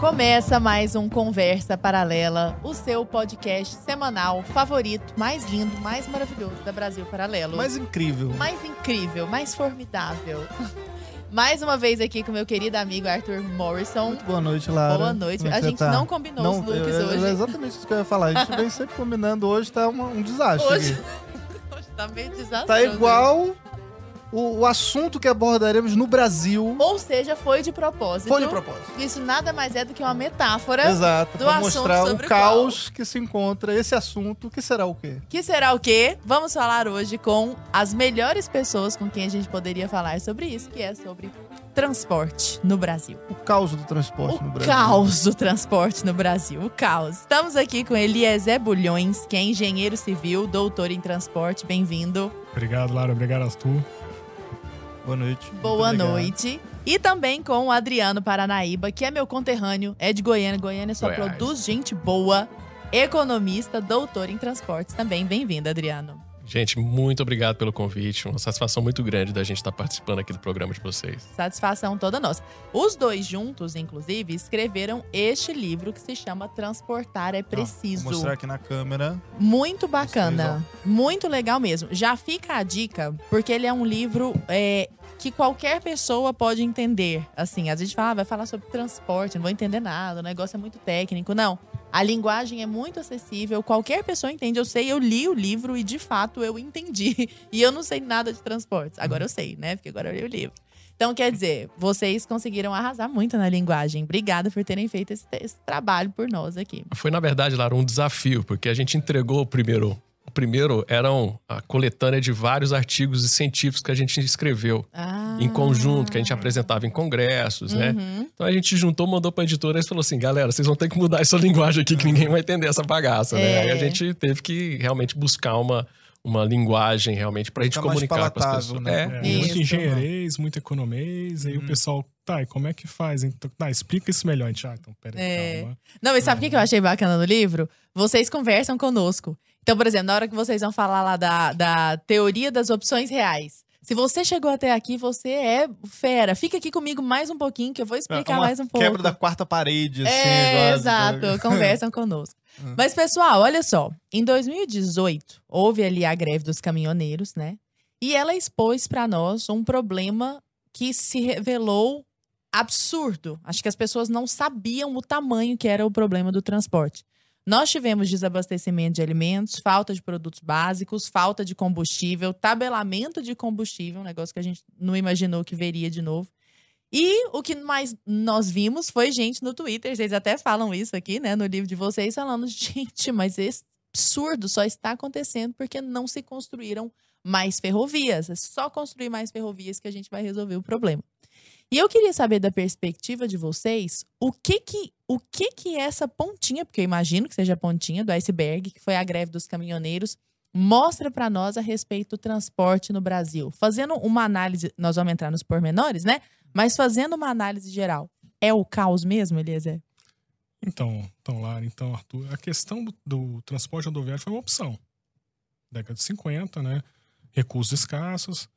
Começa mais um Conversa Paralela, o seu podcast semanal favorito, mais lindo, mais maravilhoso da Brasil Paralelo. Mais incrível, mais formidável. Mais uma vez aqui com meu querido amigo Arthur Morrison. Muito boa noite, Lara. Boa noite. Como A gente não combinou os looks hoje. É exatamente isso que eu ia falar. A gente vem sempre combinando. Hoje tá um desastre Hoje aqui. Hoje tá meio desastroso. Tá igual o assunto que abordaremos no Brasil. Ou seja, foi de propósito. Foi de propósito. Isso nada mais é do que uma metáfora. Exato, do pra assunto mostrar o sobre caos que se encontra esse assunto, que será o quê? Que será o quê? Vamos falar hoje com as melhores pessoas com quem a gente poderia falar sobre isso, que é sobre transporte no Brasil. O caos do transporte no Brasil. O caos do transporte no Brasil. O caos. Estamos aqui com Eliezer Bulhões, que é engenheiro civil, doutor em transporte. Bem-vindo. Obrigado, Lara. Obrigado, Arthur. Boa noite. Boa noite. E também com o Adriano Paranaíba, que é meu conterrâneo, é de Goiânia. Goiânia só produz gente boa, economista, doutor em transportes também. Bem-vindo, Adriano. Gente, muito obrigado pelo convite. Uma satisfação muito grande da gente estar participando aqui do programa de vocês. Satisfação toda nossa. Os dois juntos, inclusive, escreveram este livro que se chama Transportar é Preciso. Vou mostrar aqui na câmera. Muito bacana. Muito legal mesmo. Já fica a dica, porque ele é um livro que qualquer pessoa pode entender. Assim, às vezes fala, vai falar sobre transporte, não vou entender nada, o negócio é muito técnico. Não. A linguagem é muito acessível, qualquer pessoa entende. Eu li o livro e, de fato, eu entendi. E eu não sei nada de transportes. Agora eu sei, né? Porque agora eu li o livro. Então, quer dizer, vocês conseguiram arrasar muito na linguagem. Obrigada por terem feito esse trabalho por nós aqui. Foi, na verdade, Lara, um desafio, porque a gente entregou o primeiro. O primeiro eram a coletânea de vários artigos científicos que a gente escreveu em conjunto, que a gente apresentava em congressos, né? Então a gente juntou, mandou pra editora e falou assim, galera, vocês vão ter que mudar essa linguagem aqui, que ninguém vai entender essa bagaça, né? Aí a gente teve que realmente buscar uma linguagem realmente pra gente comunicar com as pessoas. Né? Muito engenheirês, muito economês, aí o pessoal, tá, e como é que faz? Então, tá, explica isso melhor. A gente, então, peraí, calma. Não, e sabe o que eu achei bacana no livro? Vocês conversam conosco. Então, por exemplo, na hora que vocês vão falar lá da teoria das opções reais. Se você chegou até aqui, você é fera. Fica aqui comigo mais um pouquinho, que eu vou explicar mais um pouco. Quebra da quarta parede, assim. Exato. Conversam conosco. Mas, pessoal, olha só. Em 2018, houve ali a greve dos caminhoneiros, né? E ela expôs para nós um problema que se revelou absurdo. Acho que as pessoas não sabiam o tamanho que era o problema do transporte. Nós tivemos desabastecimento de alimentos, falta de produtos básicos, falta de combustível, tabelamento de combustível, um negócio que a gente não imaginou que veria de novo. E o que mais nós vimos foi gente no Twitter, vocês até falam isso aqui, né, no livro de vocês, falando, gente, mas esse absurdo só está acontecendo porque não se construíram mais ferrovias. É só construir mais ferrovias que a gente vai resolver o problema. E eu queria saber da perspectiva de vocês, o que que essa pontinha, porque eu imagino que seja a pontinha do iceberg, que foi a greve dos caminhoneiros, mostra para nós a respeito do transporte no Brasil. Fazendo uma análise, nós vamos entrar nos pormenores, né? Mas fazendo uma análise geral, é o caos mesmo, Eliezer? Então, Lara, Arthur, a questão do transporte rodoviário foi uma opção. Década de 50, né? Recursos escassos,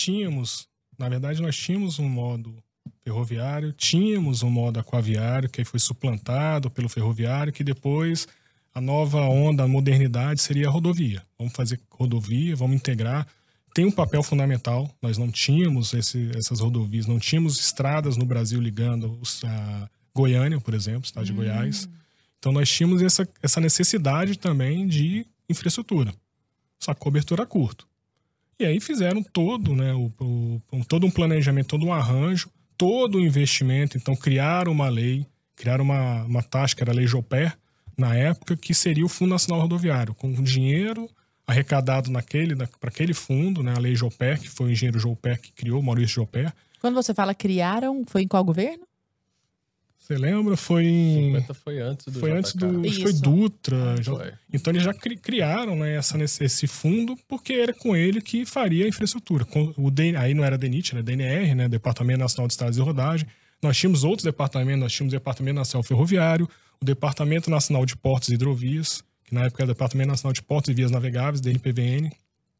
na verdade, nós tínhamos um modo ferroviário, tínhamos um modo aquaviário, que aí foi suplantado pelo ferroviário, que depois a nova onda, a modernidade, seria a rodovia. Vamos fazer rodovia, vamos integrar. Tem um papel fundamental, nós não tínhamos essas rodovias, não tínhamos estradas no Brasil ligando a Goiânia, por exemplo, estado de Goiás. Então nós tínhamos essa necessidade também de infraestrutura, só que cobertura a curto. E aí fizeram todo, né, todo um planejamento, todo um arranjo, todo um investimento. Então criaram uma lei, criaram uma taxa, que era a Lei Joper, na época, que seria o Fundo Nacional Rodoviário, com dinheiro arrecadado para aquele fundo, né, a Lei Joper, que foi o engenheiro Joper que criou, Maurício Joper. Quando você fala criaram, foi em qual governo? Você lembra? Foi 50 foi antes do Foi JK. antes do... Isso. Foi Dutra. Foi. Então eles já criaram, né, esse fundo, porque era com ele que faria a infraestrutura. Aí não era DENIT, era DNR, né, Departamento Nacional de Estradas e Rodagem. Nós tínhamos outros departamentos, nós tínhamos o Departamento Nacional Ferroviário, o Departamento Nacional de Portos e Hidrovias, que na época era o Departamento Nacional de Portos e Vias Navegáveis, DNPVN.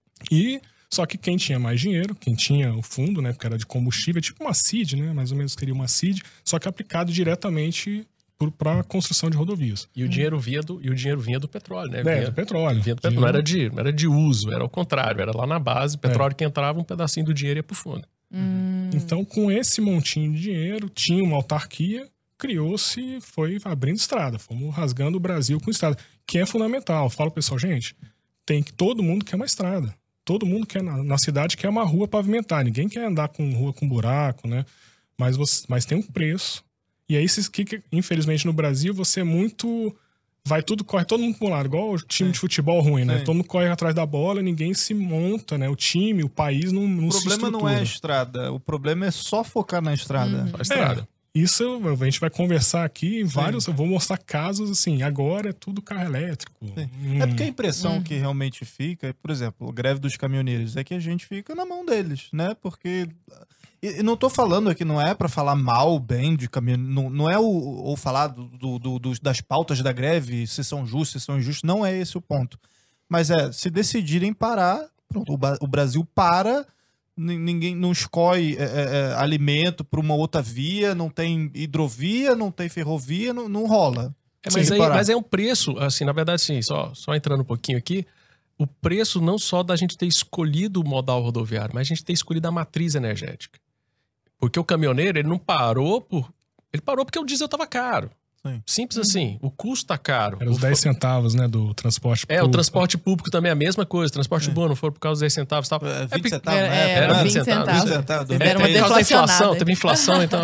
Só que quem tinha mais dinheiro, quem tinha o fundo, né, porque era de combustível, tipo uma CID, né, mais ou menos seria uma CID, só que aplicado diretamente para a construção de rodovias. E o dinheiro vinha do petróleo, né? Do petróleo. Vinha do petróleo. Não era de uso, era o contrário. Era lá na base, petróleo que entrava, um pedacinho do dinheiro ia pro fundo. Então, com esse montinho de dinheiro, tinha uma autarquia, criou-se, foi abrindo estrada. Fomos rasgando o Brasil com estrada, que é fundamental. Eu falo, pessoal, gente, todo mundo quer uma estrada. Todo mundo quer, na cidade, quer uma rua pavimentada. Ninguém quer andar com rua com buraco, né? Mas tem um preço. E aí, infelizmente, no Brasil, você é muito... corre todo mundo pro lado, igual o time de futebol ruim, né? Todo mundo corre atrás da bola, ninguém se monta, né? O time, o país não se estrutura. O problema não é a estrada, o problema é só focar na estrada. A estrada. Isso a gente vai conversar aqui em vários... Eu vou mostrar casos assim, agora é tudo carro elétrico. É porque a impressão que realmente fica, por exemplo, a greve dos caminhoneiros, é que a gente fica na mão deles, né? Porque... E não tô falando aqui, não é pra falar mal, bem de caminhoneiro, não é ou falar das pautas da greve, se são justas, se são injustas, não é esse o ponto. Mas se decidirem parar, pronto, o Brasil para... Ninguém não escolhe alimento para uma outra via, não tem hidrovia, não tem ferrovia, não rola. Mas é um preço, assim, na verdade, assim, só entrando um pouquinho aqui, o preço não só da gente ter escolhido o modal rodoviário, mas a gente ter escolhido a matriz energética. Porque o caminhoneiro, ele não parou ele parou porque o diesel estava caro. Sim. Simples assim, o custo tá caro. Era os 10 centavos, né, do transporte público. O transporte público também é a mesma coisa. Transporte urbano, não for por causa dos 10 centavos. Tal. 20 centavos, né? Era 20 centavos. Era uma deflacionada. Teve inflação, então...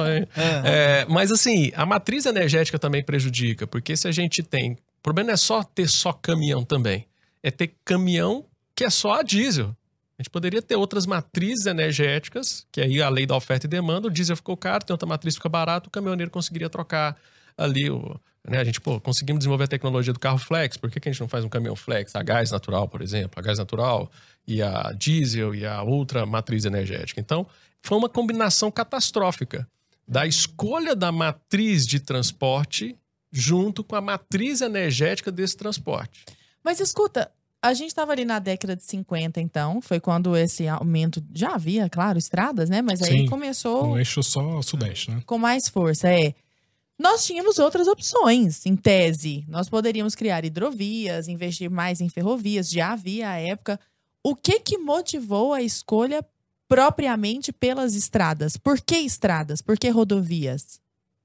mas assim, a matriz energética também prejudica, porque se a gente tem... O problema não é só ter caminhão também. É ter caminhão que é só a diesel. A gente poderia ter outras matrizes energéticas, que aí a lei da oferta e demanda, o diesel ficou caro, tem outra matriz que fica barato, o caminhoneiro conseguiria trocar ali, né? A gente, conseguimos desenvolver a tecnologia do carro flex, por que a gente não faz um caminhão flex? A gás natural, por exemplo, a gás natural e a diesel e a outra matriz energética. Então, foi uma combinação catastrófica da escolha da matriz de transporte junto com a matriz energética desse transporte. Mas escuta, a gente estava ali na década de 50, então, foi quando esse aumento, já havia, claro, estradas, né? Mas aí começou... No eixo só sudeste, né? Com mais força, Nós tínhamos outras opções, em tese. Nós poderíamos criar hidrovias, investir mais em ferrovias, já havia à época. O que motivou a escolha propriamente pelas estradas? Por que estradas? Por que rodovias?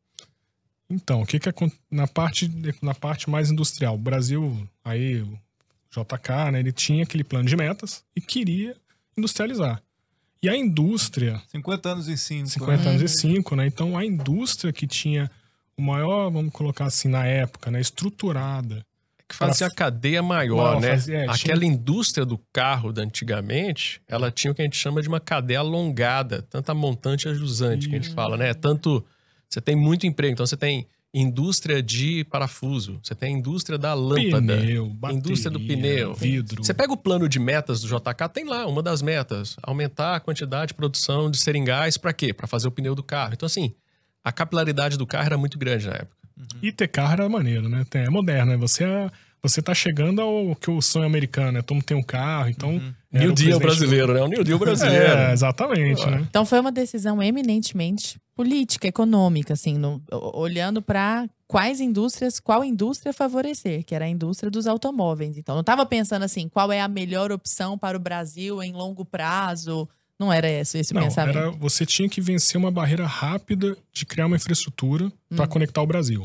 Então, na parte mais industrial, o Brasil, aí o JK, né, ele tinha aquele plano de metas e queria industrializar. E a indústria... 50 anos e 5. 50 anos e 5, né? Então, a indústria que tinha o maior, vamos colocar assim, na época, né, estruturada. Que fazia a cadeia maior, né? Aquela indústria do carro da antigamente, ela tinha o que a gente chama de uma cadeia alongada, tanto a montante e a jusante, que a gente fala, né? Tanto, você tem muito emprego, então você tem indústria de parafuso, você tem a indústria da lâmpada, bateria, indústria do pneu, vidro. Você pega o plano de metas do JK, tem lá uma das metas, aumentar a quantidade de produção de seringais, para quê? Para fazer o pneu do carro. Então assim, a capilaridade do carro era muito grande na época. E ter carro era maneiro, né? É moderno, né? Você tá chegando ao que o sonho americano, né? Todo mundo tem um carro, então... New Deal brasileiro, né? O New Deal brasileiro. Exatamente, né? Então foi uma decisão eminentemente política, econômica, assim, olhando para qual indústria favorecer, que era a indústria dos automóveis. Então não estava pensando assim, qual é a melhor opção para o Brasil em longo prazo. Não era esse pensamento. Você tinha que vencer uma barreira rápida de criar uma infraestrutura para conectar o Brasil.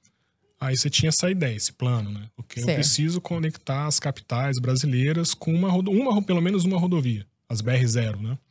Aí você tinha essa ideia, esse plano, né? Porque eu preciso conectar as capitais brasileiras com pelo menos uma rodovia, as BR-0, né?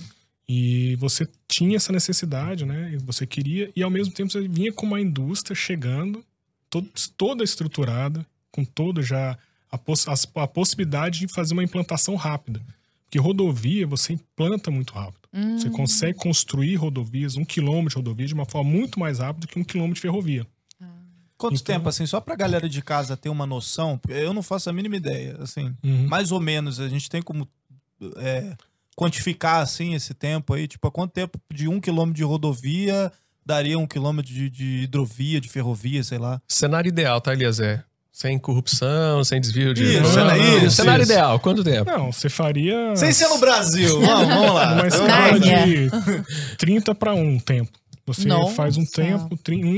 E você tinha essa necessidade, né? E você queria, e ao mesmo tempo você vinha com uma indústria chegando, toda estruturada, com toda já a possibilidade de fazer uma implantação rápida. Porque rodovia, você implanta muito rápido. Você consegue construir rodovias, 1 quilômetro de rodovia, de uma forma muito mais rápida que 1 quilômetro de ferrovia. Quanto tempo, assim, só pra galera de casa ter uma noção, porque eu não faço a mínima ideia, assim, mais ou menos, a gente tem como quantificar, assim, esse tempo aí, tipo, a quanto tempo de 1 quilômetro de rodovia daria 1 quilômetro de hidrovia, de ferrovia, sei lá. Cenário ideal, tá, Eliezer? Sem corrupção, sem desvio de... Cenário ideal, quanto tempo? Não, você faria... Sem ser no Brasil, vamos lá. Uma escala de 30 para 1 tempo. Você faz um tempo,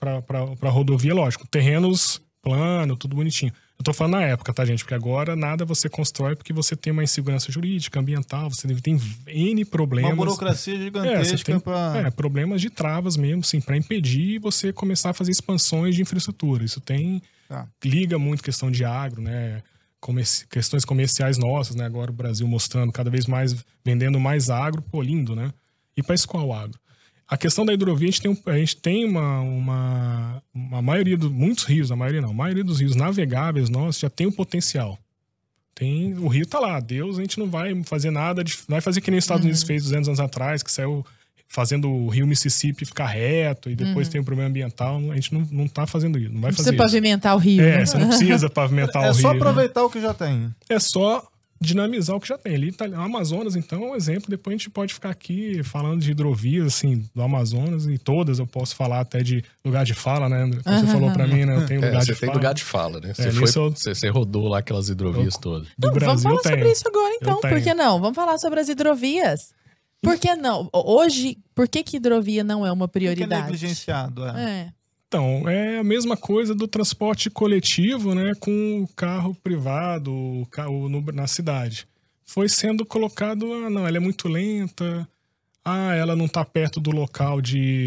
para rodovia, lógico. Terrenos plano, tudo bonitinho. Eu tô falando na época, tá, gente? Porque agora nada você constrói porque você tem uma insegurança jurídica, ambiental, você tem N problemas. Uma burocracia gigantesca problemas de travas mesmo, assim, para impedir você começar a fazer expansões de infraestrutura. Isso liga muito questão de agro, né? Questões comerciais nossas, né? Agora o Brasil mostrando cada vez mais, vendendo mais agro, pô, lindo, né? E para escoar o agro. A questão da hidrovia, a gente tem uma maioria muitos rios, a maioria dos rios navegáveis nossos já tem um potencial. O rio tá lá, a gente não vai fazer nada, não vai fazer que nem os Estados Unidos fez 200 anos atrás, que saiu fazendo o rio Mississippi ficar reto e depois tem um problema ambiental. A gente não tá fazendo isso, não vai fazer isso. Não precisa pavimentar o rio. Você não precisa pavimentar o rio. É só aproveitar o que já tem. É só dinamizar o que já tem. Ali tá, o Amazonas, então, é um exemplo. Depois a gente pode ficar aqui falando de hidrovias, assim, do Amazonas, e todas eu posso falar até de lugar de fala, né? Você falou pra mim, né? Eu tenho lugar de fala. Você tem lugar de fala, né? Você rodou lá aquelas hidrovias todas. Vamos falar sobre isso agora, então. Por que não? Vamos falar sobre as hidrovias. Por que não? Hoje, por que hidrovia não é uma prioridade? Porque é negligenciado, Então, é a mesma coisa do transporte coletivo, né, com o carro privado, o carro na cidade. Foi sendo colocado, não, ela é muito lenta, ela não está perto do local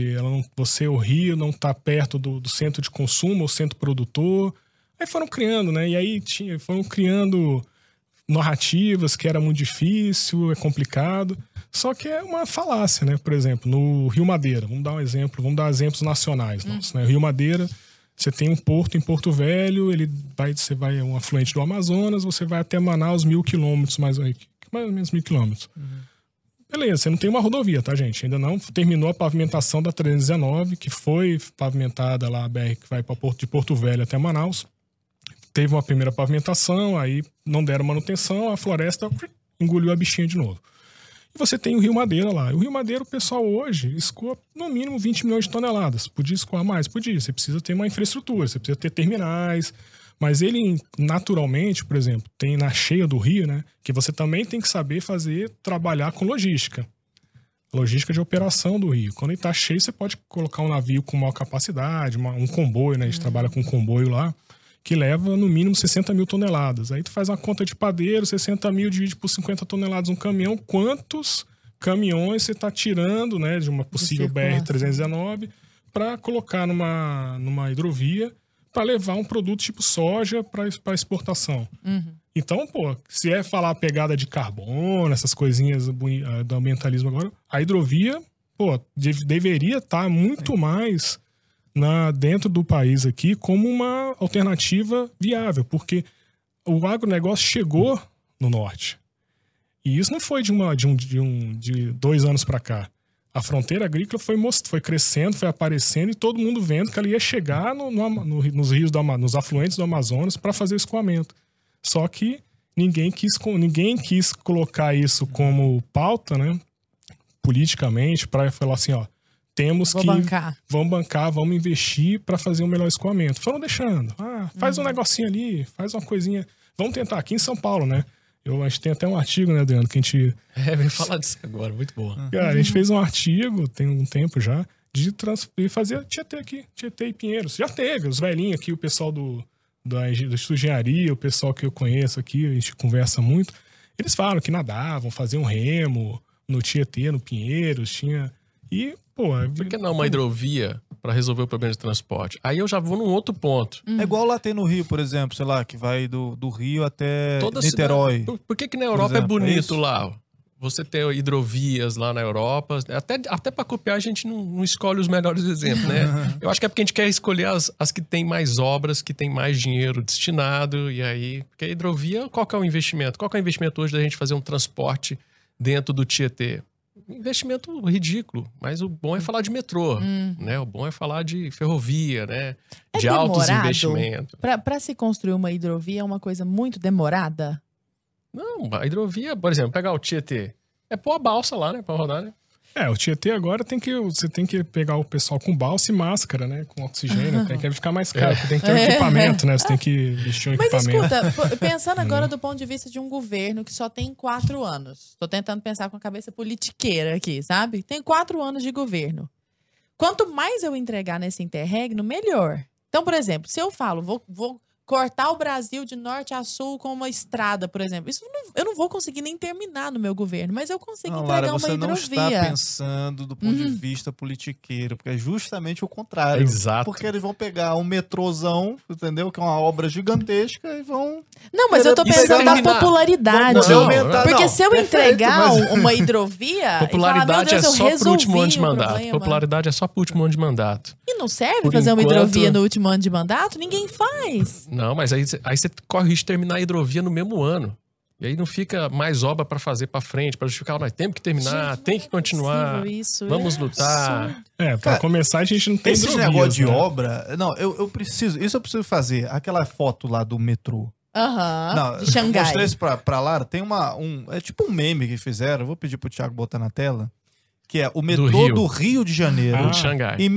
o rio não está perto do centro de consumo, o centro produtor. Aí foram criando, né, e aí foram criando narrativas que era muito difícil, é complicado. Só que é uma falácia, né? Por exemplo, no Rio Madeira, vamos dar exemplos nacionais nossos, né? Rio Madeira, você tem um porto em Porto Velho, você vai um afluente do Amazonas, você vai até Manaus 1.000 quilômetros, mais ou menos 1.000 quilômetros. Beleza, você não tem uma rodovia, tá, gente? Ainda não terminou a pavimentação da 319, que foi pavimentada lá, a BR que vai de Porto Velho até Manaus. Teve uma primeira pavimentação, aí não deram manutenção, a floresta engoliu a bichinha de novo. Você tem o Rio Madeira lá. O Rio Madeira, o pessoal hoje escoa no mínimo 20 milhões de toneladas. Podia escoar mais? Podia. Você precisa ter uma infraestrutura, você precisa ter terminais. Mas ele, naturalmente, por exemplo, tem na cheia do rio, né? Que você também tem que saber trabalhar com logística. Logística de operação do rio. Quando ele está cheio, você pode colocar um navio com maior capacidade, um comboio, né? A gente trabalha com um comboio lá, que leva no mínimo 60 mil toneladas. Aí tu faz uma conta de padeiro, 60 mil divide por 50 toneladas um caminhão. Quantos caminhões você está tirando, né, de uma possível BR-319 para colocar numa hidrovia para levar um produto tipo soja para exportação? Então, se é falar pegada de carbono, essas coisinhas do ambientalismo agora, a hidrovia, deveria estar muito mais dentro do país aqui como uma alternativa viável, porque o agronegócio chegou no norte. E isso não foi de 2 anos para cá. A fronteira agrícola foi crescendo, foi aparecendo e todo mundo vendo que ela ia chegar nos rios, nos afluentes do Amazonas para fazer o escoamento. Só que ninguém quis colocar isso como pauta, né, politicamente, para falar assim, vamos bancar, vamos investir para fazer um melhor escoamento. Foram deixando. Faz um negocinho ali, faz uma coisinha. Vamos tentar aqui em São Paulo, né? A gente tem até um artigo, né, Adriano, que a gente... vem falar disso agora, muito bom. Cara, a gente fez um artigo, tem um tempo já, de fazer Tietê aqui, Tietê e Pinheiros. Já teve, os velhinhos aqui, o pessoal do Instituto de Engenharia, o pessoal que eu conheço aqui, a gente conversa muito. Eles falam que nadavam, faziam remo no Tietê, no Pinheiros, tinha... Por que não uma hidrovia para resolver o problema de transporte? Aí eu já vou num outro ponto. É igual lá tem no Rio, por exemplo, sei lá, que vai do Rio até Niterói. Por que na Europa é bonito lá? Você tem hidrovias lá na Europa. Até para copiar a gente não escolhe os melhores exemplos, né? Eu acho que é porque a gente quer escolher as que tem mais obras, que tem mais dinheiro destinado. E aí, porque a hidrovia, qual que é o investimento? Qual que é o investimento hoje da gente fazer um transporte dentro do Tietê? Investimento ridículo, mas o bom é falar de metrô, né? O bom é falar de ferrovia, né? De altos investimentos. Para se construir uma hidrovia é uma coisa muito demorada? Não, a hidrovia, por exemplo, pegar o Tietê, é pôr a balsa lá, né? Pra rodar, né? O Tietê agora você tem que pegar o pessoal com balsa e máscara, né? Com oxigênio, tem que ficar mais caro, porque tem que ter um equipamento, né? Você tem que vestir um equipamento. Mas escuta, pensando agora do ponto de vista de um governo que só tem 4 anos. Tô tentando pensar com a cabeça politiqueira aqui, sabe? Tem 4 anos de governo. quanto mais eu entregar nesse interregno, melhor. Então, por exemplo, se eu falo, vou cortar o Brasil de norte a sul com uma estrada, por exemplo. Isso eu não vou conseguir nem terminar no meu governo, mas eu consigo entregar uma hidrovia. Você não está pensando do ponto de vista politiqueiro, porque é justamente o contrário. Exato. Porque eles vão pegar um metrôzão, entendeu? Que é uma obra gigantesca e vão... Não, mas eu tô pensando na popularidade. Porque se eu entregar uma hidrovia... Popularidade e falar, é só pro último ano de problema. mandato. Popularidade é só pro último ano de mandato. E não serve fazer uma hidrovia no último ano de mandato? Ninguém faz. Não, mas aí você corre o risco de terminar a hidrovia no mesmo ano. E aí não fica mais obra para fazer para frente, para justificar, nós temos que terminar, gente, tem que continuar, vamos lutar. Para começar a gente não tem esse negócio de obra, não, eu preciso fazer, aquela foto lá do metrô. De Xangai. Mostrei isso pra Lara, tem é tipo um meme que fizeram, eu vou pedir pro Thiago botar na tela, que é o metrô do Rio de Janeiro, de Xangai. Em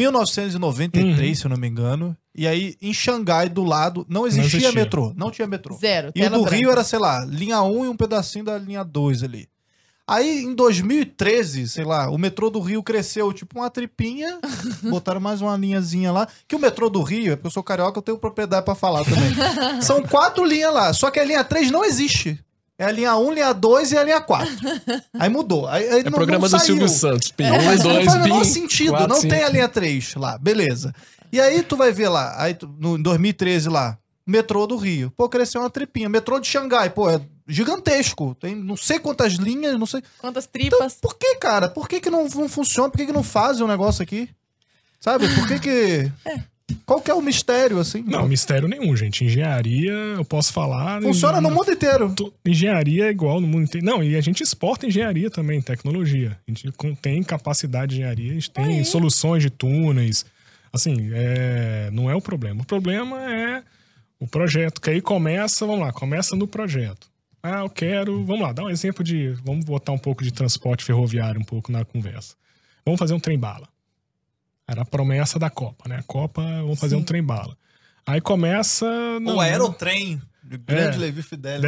1993, se eu não me engano. E aí, em Xangai, do lado, não existia metrô. Não tinha metrô. Zero. E o do Rio era, sei lá, linha 1 e um pedacinho da linha 2 ali. Aí, em 2013, sei lá, o metrô do Rio cresceu tipo uma tripinha. Botaram mais uma linhazinha lá. Que o metrô do Rio, é porque eu sou carioca, eu tenho propriedade pra falar também. São 4 linhas lá. Só que a linha 3 não existe. É a linha 1, linha 2 e a linha 4. Aí mudou. Aí não, programa do Silvio Santos. Não faz o menor sentido. 4, não 5. Tem a linha 3 lá. Beleza. E aí tu vai ver lá, aí em 2013 lá, metrô do Rio. Pô, cresceu uma tripinha. Metrô de Xangai, pô, é gigantesco. Tem não sei quantas linhas, não sei... Quantas tripas. Então, por que, cara? Por que não funciona? Por que não fazem um negócio aqui? Sabe? Por que... Qual que é o mistério, assim? Não, mistério nenhum, gente. Engenharia, eu posso falar... Funciona no mundo inteiro. Engenharia é igual no mundo inteiro. Não, e a gente exporta engenharia também, tecnologia. A gente tem capacidade de engenharia, a gente tem soluções de túneis. Assim, não é o problema. O problema é o projeto, que aí começa no projeto. Eu quero... Vamos lá, dá um exemplo de... Vamos botar um pouco de transporte ferroviário um pouco na conversa. Vamos fazer um trem-bala. Era a promessa da Copa, né? A Copa, vamos fazer um trem-bala. Aí começa... O aerotrem. Grande Levi Fidelis.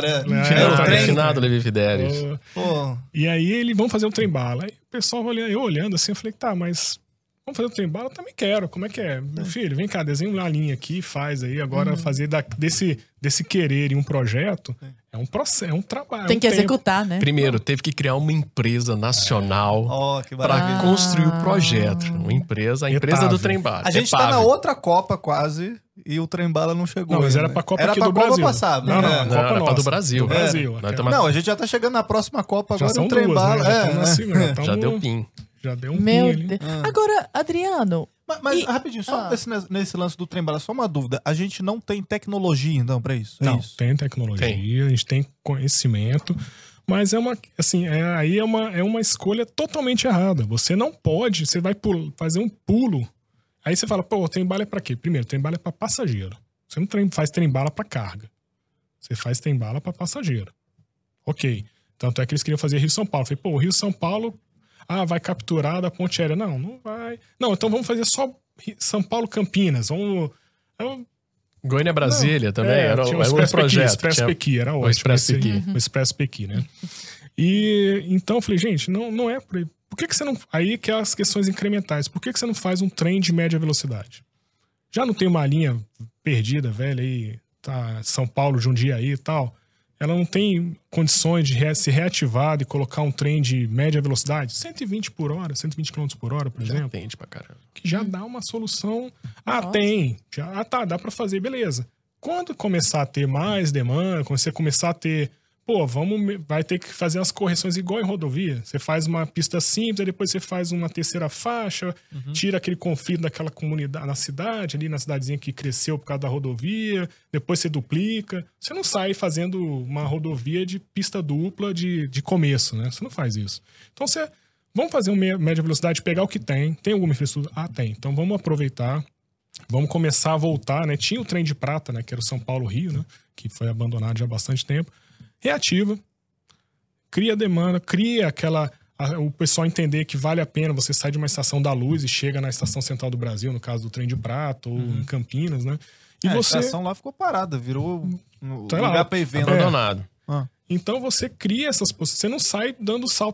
Refinado Levi Fidelis. E aí, vamos fazer um trem-bala. Aí o pessoal eu olhando assim, eu falei, tá, mas... Vamos fazer o trem-bala? Eu também quero. Como é que é? Meu filho, vem cá, desenha uma linha aqui, faz aí. Agora, fazer desse querer em um projeto é um processo, é um trabalho. Tem que executar, né? Primeiro, teve que criar uma empresa nacional para construir o projeto. A empresa do trem-bala. A gente tá na outra Copa quase e o trem-bala não chegou. Não, mas era pra Copa aqui do Brasil. Passada. Não, a Copa era nossa. Pra do Brasil. Não, a gente já tá chegando na próxima Copa agora. Já são trem-bala. Já deu PIN. Já deu Meu Deus. Agora, Adriano... Mas rapidinho, só nesse lance do trem-bala, só uma dúvida. A gente não tem tecnologia, então, pra isso? Não, tem tecnologia, a gente tem conhecimento, mas aí é uma escolha totalmente errada. Você não pode, você vai fazer um pulo. Aí você fala, pô, trem-bala é pra quê? Primeiro, trem-bala é pra passageiro. Você não faz trem-bala pra carga. Você faz trem-bala pra passageiro. Ok. Tanto é que eles queriam fazer Rio-São Paulo. Eu falei, pô, Rio-São Paulo... vai capturar da ponte aérea. Não vai. Não, então vamos fazer só São Paulo-Campinas. Goiânia-Brasília também. Era um projeto. Expresso Pequi, era ótimo. O Expresso Pequi, né? E então eu falei, gente, não é por aí. Por que você não... Aí que é as questões incrementais. Por que você não faz um trem de média velocidade? Já não tem uma linha perdida, velha, aí, tá, São Paulo, Jundiaí e tal... Ela não tem condições de se reativar e colocar um trem de média velocidade, 120 por hora, 120 km por hora, por exemplo. Tende pra caramba. Que já dá uma solução. Tem. Dá pra fazer, beleza. Quando começar a ter mais demanda, quando você começar a ter... vai ter que fazer as correções igual em rodovia. Você faz uma pista simples, aí depois você faz uma terceira faixa, tira aquele conflito daquela comunidade na cidade, ali na cidadezinha que cresceu por causa da rodovia, depois você duplica. Você não sai fazendo uma rodovia de pista dupla de começo, né? Você não faz isso. Então vamos fazer uma média velocidade, pegar o que tem. Tem alguma infraestrutura? Tem. Então vamos aproveitar, vamos começar a voltar, né? Tinha o trem de prata, né? Que era o São Paulo-Rio, né? Que foi abandonado já há bastante tempo. Reativa, cria demanda, o pessoal entender que vale a pena você sair de uma estação da Luz e chega na estação central do Brasil, no caso do trem de prata ou em Campinas, né? E a estação lá ficou parada, virou lugar para evento. Abandonado. Então você cria essas possibilidades, você não sai dando saltos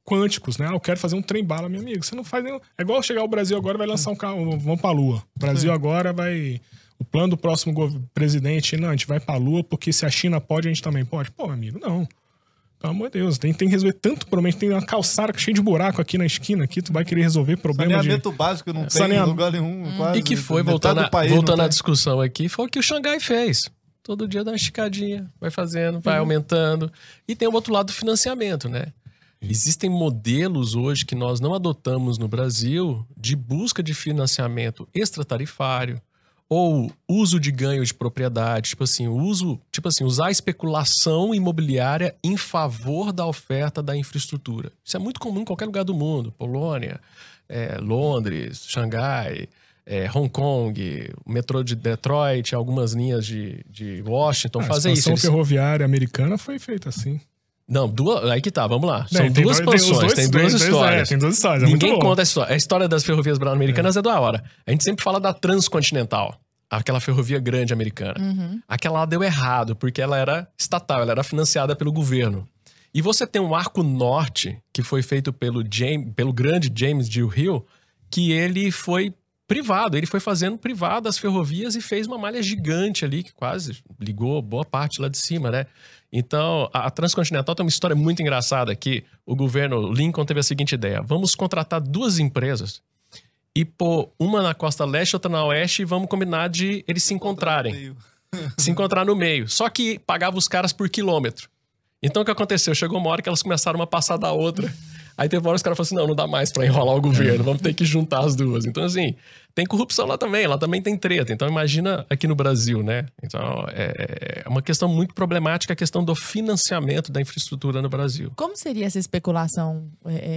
quânticos, né? Eu quero fazer um trem-bala, meu amigo. Você não faz nenhum... É igual chegar ao Brasil agora, vai lançar um carro, vamos pra Lua. O Brasil agora vai... O plano do próximo presidente, não, a gente vai pra Lua porque se a China pode, a gente também pode. Pô, amigo, não. Pelo amor de Deus, tem que resolver tanto problema. Tem uma calçada cheia de buraco aqui na esquina, aqui tu vai querer resolver problema saneamento básico não tem em lugar nenhum, quase. E que foi, voltando à discussão aqui, foi o que o Xangai fez. Todo dia dá uma esticadinha, vai fazendo, vai aumentando. E tem o outro lado do financiamento, né? Existem modelos hoje que nós não adotamos no Brasil de busca de financiamento extratarifário ou uso de ganho de propriedade, usar a especulação imobiliária em favor da oferta da infraestrutura. Isso é muito comum em qualquer lugar do mundo. Polônia, Londres, Xangai, Hong Kong, o metrô de Detroit, algumas linhas de Washington fazem isso. A expansão ferroviária americana foi feita assim. Não, aí que tá, vamos lá. São duas expansões, tem duas histórias. Tem duas histórias, Ninguém conta a história. A história das ferrovias americanas é da hora. A gente sempre fala da Transcontinental, aquela ferrovia grande americana. Aquela lá deu errado, porque ela era estatal, ela era financiada pelo governo. E você tem um arco norte, que foi feito pelo grande James Gill Hill, que ele foi privado, ele foi fazendo privado as ferrovias e fez uma malha gigante ali, que quase ligou boa parte lá de cima, né? Então, a Transcontinental tem uma história muito engraçada que o governo Lincoln teve a seguinte ideia: vamos contratar duas empresas e pôr uma na costa leste e outra na oeste e vamos combinar de eles se encontrarem. Se encontrar no meio. Só que pagava os caras por quilômetro. Então, o que aconteceu? Chegou uma hora que elas começaram uma passar da outra. Aí teve uma hora que os caras falaram assim, não dá mais pra enrolar o governo, vamos ter que juntar as duas. Então, assim, tem corrupção lá também tem treta. Então, imagina aqui no Brasil, né? Então, é uma questão muito problemática a questão do financiamento da infraestrutura no Brasil. Como seria essa especulação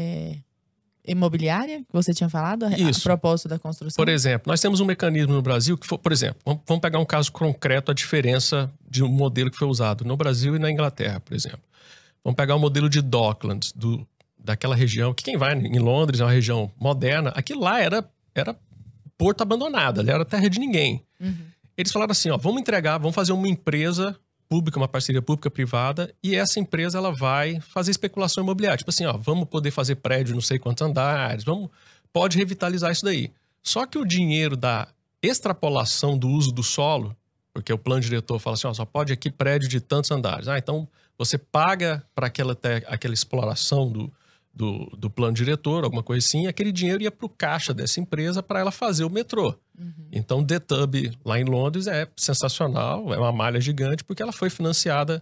imobiliária que você tinha falado? Isso. A propósito da construção? Por exemplo, nós temos um mecanismo no Brasil que, por exemplo, vamos pegar um caso concreto, a diferença de um modelo que foi usado no Brasil e na Inglaterra, por exemplo. Vamos pegar o modelo de Docklands, daquela região, que quem vai em Londres é uma região moderna, aquilo lá era porto abandonado, ali era terra de ninguém. Eles falaram assim, ó, vamos fazer uma empresa pública, uma parceria pública-privada, e essa empresa ela vai fazer especulação imobiliária. Tipo assim, ó, vamos poder fazer prédio não sei quantos andares, pode revitalizar isso daí. Só que o dinheiro da extrapolação do uso do solo, porque o plano diretor fala assim, ó, só pode aqui prédio de tantos andares. Então você paga para aquela exploração do plano diretor, alguma coisa assim, e aquele dinheiro ia para o caixa dessa empresa para ela fazer o metrô. Então, The Tub, lá em Londres, é sensacional, é uma malha gigante, porque ela foi financiada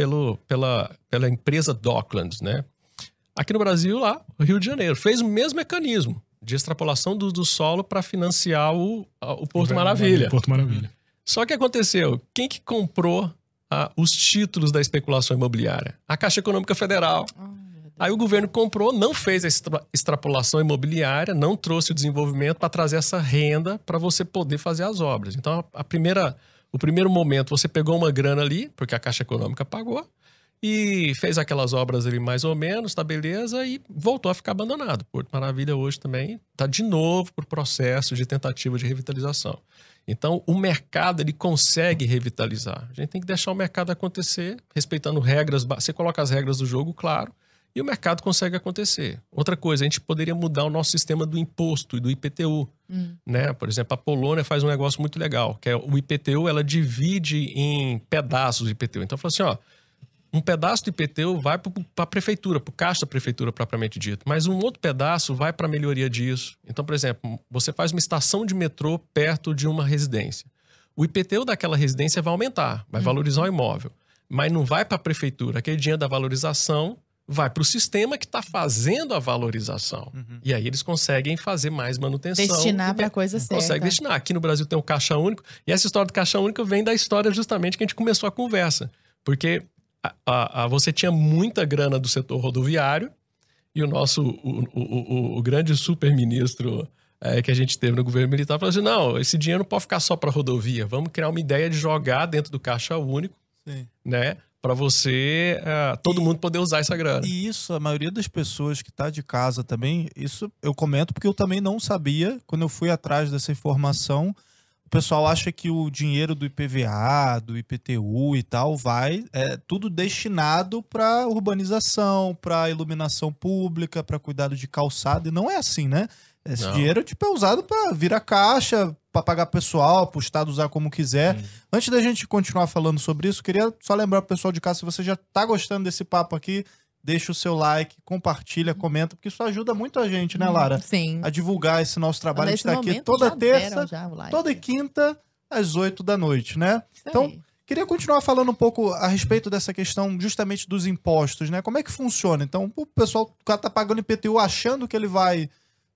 pela empresa Docklands, né? Aqui no Brasil, lá, o Rio de Janeiro, fez o mesmo mecanismo de extrapolação do solo para financiar o Porto Maravilha. Porto Maravilha. Só que aconteceu, quem que comprou os títulos da especulação imobiliária? A Caixa Econômica Federal. Aí o governo comprou, não fez a extrapolação imobiliária, não trouxe o desenvolvimento para trazer essa renda para você poder fazer as obras. Então, o primeiro momento, você pegou uma grana ali, porque a Caixa Econômica pagou, e fez aquelas obras ali mais ou menos, tá beleza, e voltou a ficar abandonado. Porto Maravilha hoje também está de novo para o processo de tentativa de revitalização. Então, o mercado, ele consegue revitalizar. A gente tem que deixar o mercado acontecer, respeitando regras. Você coloca as regras do jogo, claro, e o mercado consegue acontecer. Outra coisa, a gente poderia mudar o nosso sistema do imposto e do IPTU. Né? Por exemplo, a Polônia faz um negócio muito legal, que é o IPTU, ela divide em pedaços o IPTU. Então, fala assim, ó, um pedaço do IPTU vai para a prefeitura, para o caixa da prefeitura propriamente dito, mas um outro pedaço vai para a melhoria disso. Então, por exemplo, você faz uma estação de metrô perto de uma residência. O IPTU daquela residência vai aumentar, vai valorizar o imóvel, mas não vai para a prefeitura. Aquele dinheiro da valorização vai para o sistema que está fazendo a valorização. E aí eles conseguem fazer mais manutenção. Destinar para a coisa certa. Consegue destinar. Aqui no Brasil tem o Caixa Único, e essa história do Caixa Único vem da história justamente que a gente começou a conversa. Porque você tinha muita grana do setor rodoviário, e o grande super-ministro que a gente teve no governo militar falou assim, não, esse dinheiro não pode ficar só para rodovia, vamos criar uma ideia de jogar dentro do Caixa Único, né? Para você, todo mundo poder usar essa grana. E isso, a maioria das pessoas que está de casa também, isso eu comento porque eu também não sabia, quando eu fui atrás dessa informação, pessoal acha que o dinheiro do IPVA, do IPTU e tal, vai tudo destinado para urbanização, para iluminação pública, para cuidado de calçada. E não é assim, né? Esse dinheiro tipo, é usado para virar caixa, para pagar pessoal, para o Estado usar como quiser. Antes da gente continuar falando sobre isso, queria só lembrar pro pessoal de casa, se você já tá gostando desse papo aqui, deixa o seu like, compartilha, comenta, porque isso ajuda muito a gente, né, Lara? Sim. A divulgar esse nosso trabalho. Nesse A gente tá aqui momento, toda já terça, deram já o like. toda quinta, às 8 da noite, né? Isso Então, aí. queria continuar falando um pouco a respeito dessa questão justamente dos impostos, né? Como é que funciona? Então, o pessoal, o cara tá pagando IPTU achando que ele vai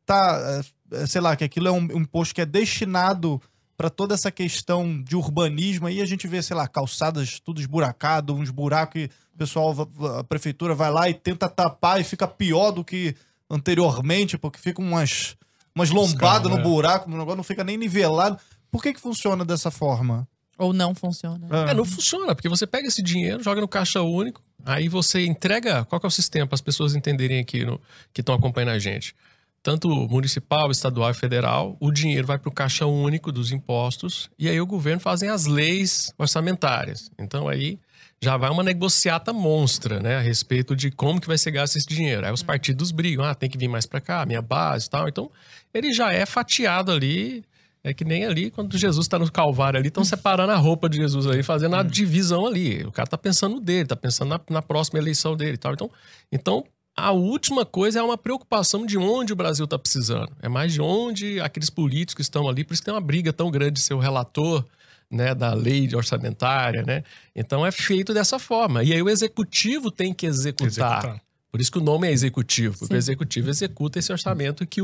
sei lá, que aquilo é um imposto que é destinado para toda essa questão de urbanismo. Aí a gente vê, sei lá, calçadas tudo esburacado, uns buracos que o pessoal, a prefeitura vai lá e tenta tapar e fica pior do que anteriormente, porque fica umas lombadas no buraco, o negócio não fica nem nivelado. Por que funciona dessa forma? Ou não funciona. Não funciona, porque você pega esse dinheiro, joga no caixa único, aí você entrega. Qual que é o sistema para as pessoas entenderem aqui que estão acompanhando a gente? Tanto municipal, estadual e federal, o dinheiro vai para o caixa único dos impostos e aí o governo fazem as leis orçamentárias. Então aí já vai uma negociata monstra, né, a respeito de como que vai ser gasto esse dinheiro. Aí os partidos brigam, tem que vir mais para cá, minha base e tal. Então ele já é fatiado ali, é que nem ali quando Jesus está no Calvário ali, estão separando a roupa de Jesus ali, fazendo a divisão ali. O cara tá pensando dele, tá pensando na próxima eleição dele e tal. Então a última coisa é uma preocupação de onde o Brasil está precisando. É mais de onde aqueles políticos que estão ali. Por isso que tem uma briga tão grande de ser o relator, né, da lei orçamentária, né? Então é feito dessa forma. E aí o executivo tem que executar. Por isso que o nome é executivo. Porque o executivo executa esse orçamento que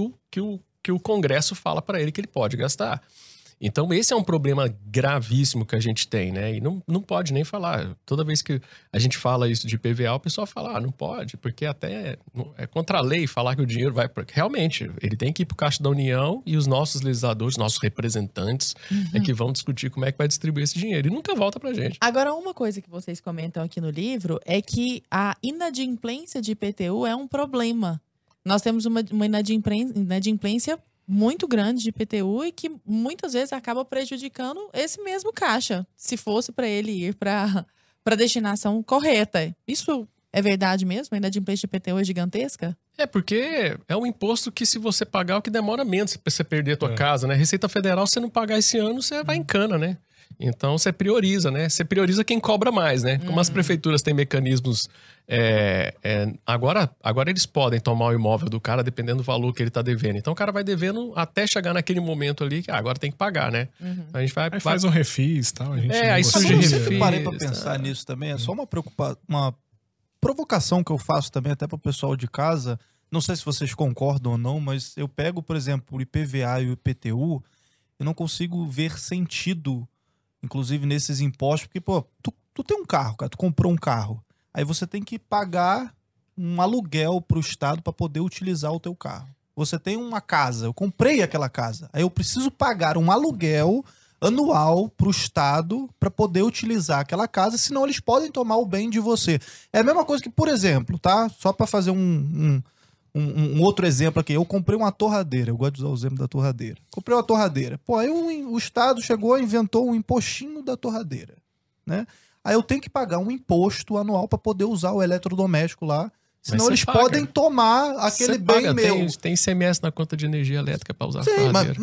o Congresso fala para ele que ele pode gastar. Então esse é um problema gravíssimo que a gente tem, né? E não pode nem falar. Toda vez que a gente fala isso de IPVA, o pessoal fala, não pode, porque até é contra a lei falar que o dinheiro vai... Realmente, ele tem que ir para o Caixa da União e os nossos legisladores, nossos representantes, é que vão discutir como é que vai distribuir esse dinheiro. E nunca volta pra gente. Agora, uma coisa que vocês comentam aqui no livro é que a inadimplência de IPTU é um problema. Nós temos uma inadimplência muito grande de IPTU e que muitas vezes acaba prejudicando esse mesmo caixa, se fosse para ele ir para a destinação correta. Isso é verdade mesmo? A inadimplência de IPTU é gigantesca? É, porque é um imposto que se você pagar, o que demora menos pra você perder a tua casa, né? Receita Federal, se você não pagar esse ano, você vai em cana, né? Então, você prioriza, né? Você prioriza quem cobra mais, né? Como as prefeituras têm mecanismos... Agora eles podem tomar o imóvel do cara dependendo do valor que ele tá devendo. Então, o cara vai devendo até chegar naquele momento ali que agora tem que pagar, né? A gente vai... Aí faz um refis e tal. A gente aí surge refis. Eu parei pra pensar nisso também. É só uma provocação que eu faço também até pro pessoal de casa. Não sei se vocês concordam ou não, mas eu pego, por exemplo, o IPVA e o IPTU, eu não consigo ver sentido, inclusive nesses impostos, porque, pô, tu tem um carro, cara, tu comprou um carro, aí você tem que pagar um aluguel pro Estado para poder utilizar o teu carro. Você tem uma casa, eu comprei aquela casa, aí eu preciso pagar um aluguel anual pro Estado para poder utilizar aquela casa, senão eles podem tomar o bem de você. É a mesma coisa que, por exemplo, tá? Só para fazer um outro exemplo aqui. Eu comprei uma torradeira. Eu gosto de usar o exemplo da torradeira. Comprei uma torradeira. Pô, aí o Estado chegou e inventou um impostinho da torradeira, né? Aí eu tenho que pagar um imposto anual para poder usar o eletrodoméstico lá. Senão eles podem tomar aquele bem meu. Tem ICMS na conta de energia elétrica para usar. Sim,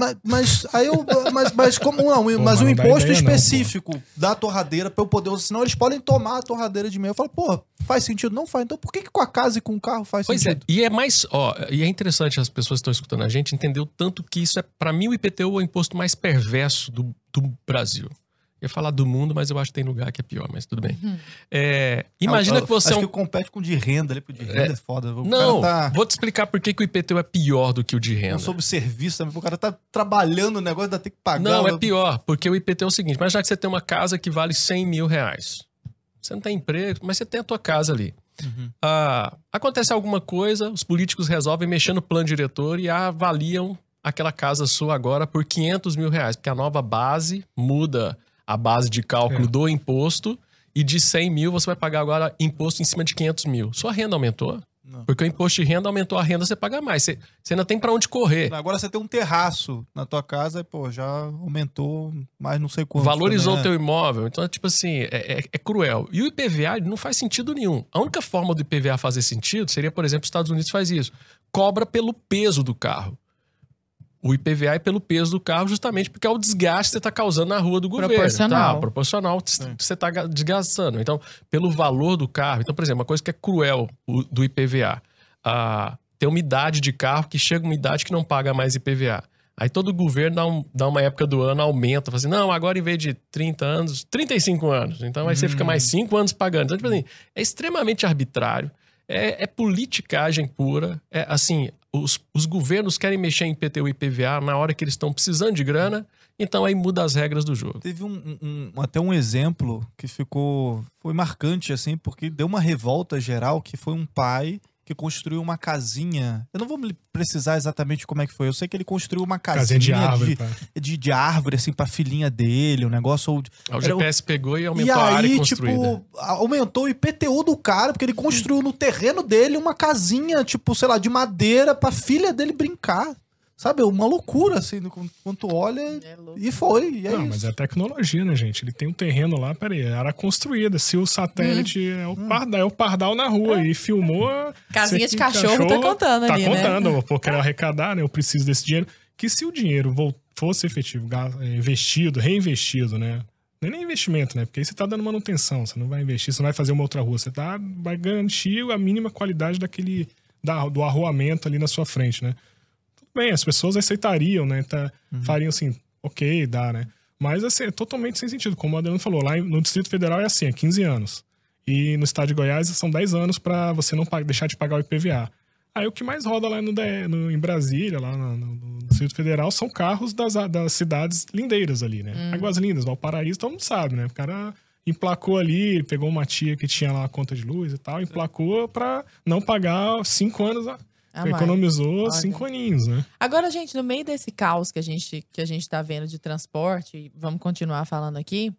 mas como não? Mas um imposto específico da torradeira para eu poder usar. Senão eles podem tomar a torradeira de mim. Eu falo, pô, faz sentido? Não faz. Então por que com a casa e com o carro faz sentido? Pois é. E é mais... e é interessante as pessoas que estão escutando a gente entender o tanto que isso é... Para mim, o IPTU é o imposto mais perverso do Brasil. Eu ia falar do mundo, mas eu acho que tem lugar que é pior, mas tudo bem. Imagina que você... Acho que compete com o de renda ali, porque o de renda é foda. Vou te explicar por que o IPTU é pior do que o de renda. Sobre serviço também, o cara tá trabalhando o negócio, ainda tem que pagar. Não, é pior, porque o IPTU é o seguinte, mas já que você tem uma casa que vale 100 mil reais, você não tem emprego, mas você tem a tua casa ali. Acontece alguma coisa, os políticos resolvem mexer no plano diretor e avaliam aquela casa sua agora por 500 mil reais, porque a nova base muda a base de cálculo do imposto, e de 100 mil você vai pagar agora imposto em cima de 500 mil. Sua renda aumentou? Não. Porque o imposto de renda aumentou a renda, você paga mais. Você ainda tem para onde correr. Agora você tem um terraço na tua casa e, pô, já aumentou mais não sei quanto. Valorizou o também, teu imóvel. Então, tipo assim, é cruel. E o IPVA ele não faz sentido nenhum. A única forma do IPVA fazer sentido seria, por exemplo, os Estados Unidos faz isso. Cobra pelo peso do carro. O IPVA é pelo peso do carro, justamente porque é o desgaste que você está causando na rua do governo. Proporcional. Tá? Proporcional que você está desgastando. Então, pelo valor do carro. Então, por exemplo, uma coisa que é cruel do IPVA. Tem uma idade de carro que chega uma idade que não paga mais IPVA. Aí todo governo dá uma época do ano, aumenta. Fala assim, não, agora em vez de 30 anos, 35 anos. Então aí você fica mais 5 anos pagando. Então, tipo assim, é extremamente arbitrário. É politicagem pura. É assim, os governos querem mexer em IPTU e IPVA na hora que eles estão precisando de grana, então aí muda as regras do jogo. Teve até um exemplo que foi marcante, assim, porque deu uma revolta geral, que foi um pai que construiu uma casinha. Eu não vou precisar exatamente como é que foi. Eu sei que ele construiu uma casinha de árvore, assim, pra filhinha dele, um negócio... O GPS pegou e aumentou a área construída. Tipo, aumentou o IPTU do cara, porque ele construiu no terreno dele uma casinha, tipo, sei lá, de madeira pra filha dele brincar. Sabe, uma loucura, assim, quando tu olha, e foi, e é não, isso. Mas é tecnologia, né, gente? Ele tem um terreno lá, peraí, era construída. Se o satélite é o pardal na rua e filmou... Casinha de cachorro tá contando ali, né? Tá contando, pô, quero arrecadar, né? Eu preciso desse dinheiro. Que se o dinheiro fosse efetivo, investido, reinvestido, né? Não é nem investimento, né? Porque aí você tá dando manutenção, você não vai investir, você não vai fazer uma outra rua, você vai garantir a mínima qualidade do arruamento ali na sua frente, né? Bem, as pessoas aceitariam, né? Fariam assim, ok, dá, né? Mas assim, é totalmente sem sentido. Como o Adriano falou, lá no Distrito Federal é assim, é 15 anos. E no estado de Goiás são 10 anos pra você não deixar de pagar o IPVA. Aí o que mais roda lá em Brasília, lá no Distrito Federal, são carros das cidades lindeiras ali, né? Águas Lindas, Valparaíso, todo mundo sabe, né? O cara emplacou ali, pegou uma tia que tinha lá a conta de luz e tal, emplacou pra não pagar 5 anos... Economizou 5 aninhos, né? Agora, gente, no meio desse caos que a gente tá vendo de transporte, vamos continuar falando aqui,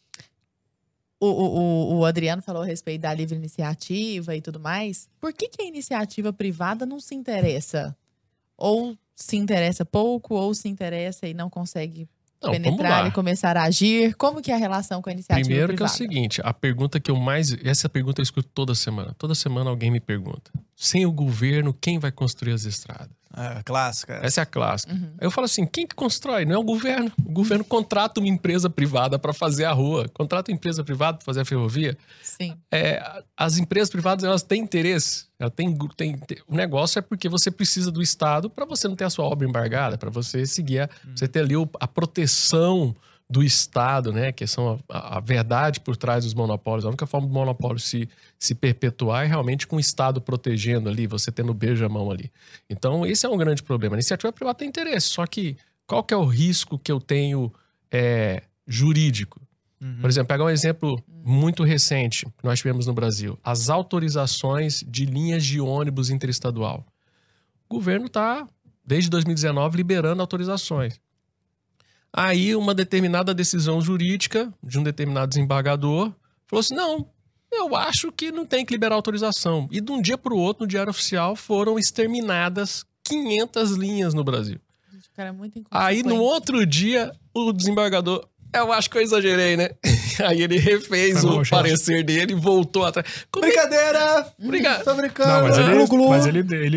o Adriano falou a respeito da livre iniciativa e tudo mais. Por que a iniciativa privada não se interessa? Ou se interessa pouco, ou se interessa e não consegue penetrar e começar a agir? Como que é a relação com a iniciativa privada? privada? Que é o seguinte, a pergunta que eu mais... Essa pergunta eu escuto toda semana. Toda semana alguém me pergunta. Sem o governo, quem vai construir as estradas? Clássica. Essa é a clássica. Aí eu falo assim, quem que constrói? Não é o governo. O governo contrata uma empresa privada para fazer a rua. Contrata uma empresa privada para fazer a ferrovia. Sim. As empresas privadas, elas têm interesse. O negócio é porque você precisa do Estado para você não ter a sua obra embargada, para você seguir, você ter ali a proteção do Estado, né? Que são a verdade por trás dos monopólios. A única forma do monopólio se perpetuar é realmente com o Estado protegendo ali, você tendo o beija-mão ali. Então, esse é um grande problema. A iniciativa privada tem interesse, só que qual que é o risco que eu tenho jurídico? Por exemplo, pegar um exemplo muito recente que nós tivemos no Brasil. As autorizações de linhas de ônibus interestadual. O governo está, desde 2019, liberando autorizações. Aí uma determinada decisão jurídica de um determinado desembargador falou assim, não, eu acho que não tem que liberar autorização. E de um dia para o outro, no Diário Oficial, foram exterminadas 500 linhas no Brasil. O cara é muito aí no outro dia, o desembargador... Eu acho que eu exagerei, né? Aí ele refez o parecer dele e voltou atrás. Brincadeira! Tô brincando. Não, mas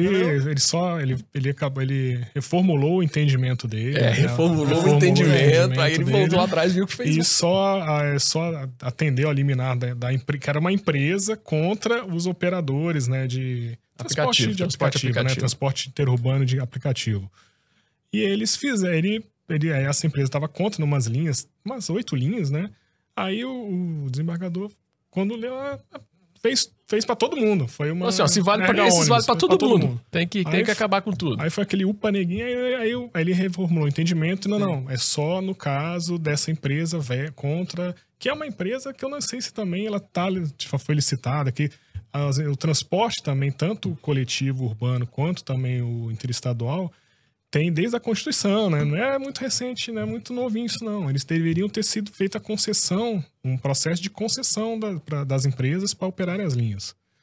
ele reformulou o entendimento dele. Reformulou o entendimento. Aí ele voltou atrás e viu que fez. E só atendeu a liminar que era uma empresa contra os operadores, né? De transporte de aplicativo, né? Transporte interurbano de aplicativo. E eles fizeram... essa empresa estava contra umas linhas, umas 8 linhas, né? Aí o desembargador, quando leu, fez para todo mundo. Foi uma. Assim, ó, se vale para esses, vale para todo mundo. Tem que acabar com tudo. Aí foi aquele upa neguinho, aí ele reformulou o entendimento. Não, é só no caso dessa empresa contra. Que é uma empresa que eu não sei se também ela foi licitada, que o transporte também, tanto o coletivo urbano quanto também o interestadual. Tem desde a Constituição, né? Não é muito recente, não é muito novinho isso, não. Eles deveriam ter sido feita a concessão, um processo de concessão das empresas para operarem as linhas.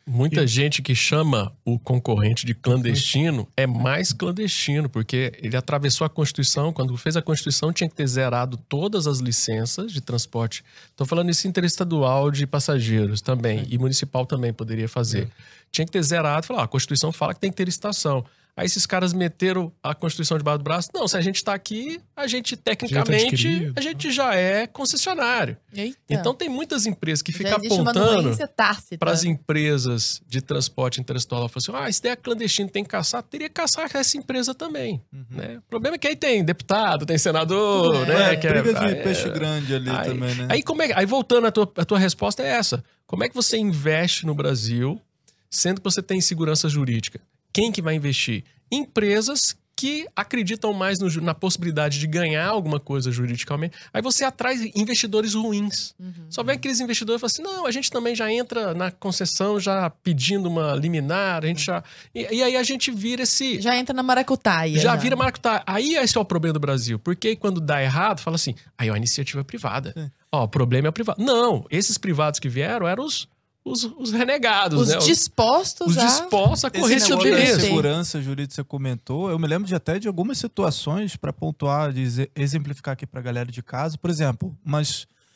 Muita gente que chama o concorrente de clandestino é mais clandestino, porque ele atravessou a Constituição. Quando fez a Constituição, tinha que ter zerado todas as licenças de transporte. Estou falando isso interestadual de passageiros também, e municipal também poderia fazer. Tinha que ter zerado, falar, a Constituição fala que tem que ter licitação. Aí esses caras meteram a Constituição debaixo do braço. Não, se a gente está aqui, a gente, tecnicamente, a gente já é concessionário. Eita. Então tem muitas empresas que ficam existe uma apontando anuência tácita. para as empresas de transporte interestadual. Falam assim, se der clandestino tem que caçar, teria que caçar essa empresa também. Né? O problema é que aí tem deputado, tem senador, né? Que briga de peixe grande ali também, né? Aí voltando, a tua resposta é essa. Como é que você investe no Brasil, sendo que você tem segurança jurídica? Quem que vai investir? Empresas que acreditam mais na possibilidade de ganhar alguma coisa juridicamente. Aí você atrai investidores ruins. Só vem aqueles investidores e falam assim, não, a gente também já entra na concessão já pedindo uma liminar, a gente já... E aí a gente vira esse... Já entra na maracutaia. Já vira maracutaia. Aí esse é o problema do Brasil. Porque quando dá errado, fala assim, aí a iniciativa é privada. O problema é o privado. Não, esses privados que vieram eram os renegados, os né? dispostos a correr seu beleza. Segurança jurídica você comentou, eu me lembro até de algumas situações para pontuar, exemplificar aqui para a galera de casa. Por exemplo, uma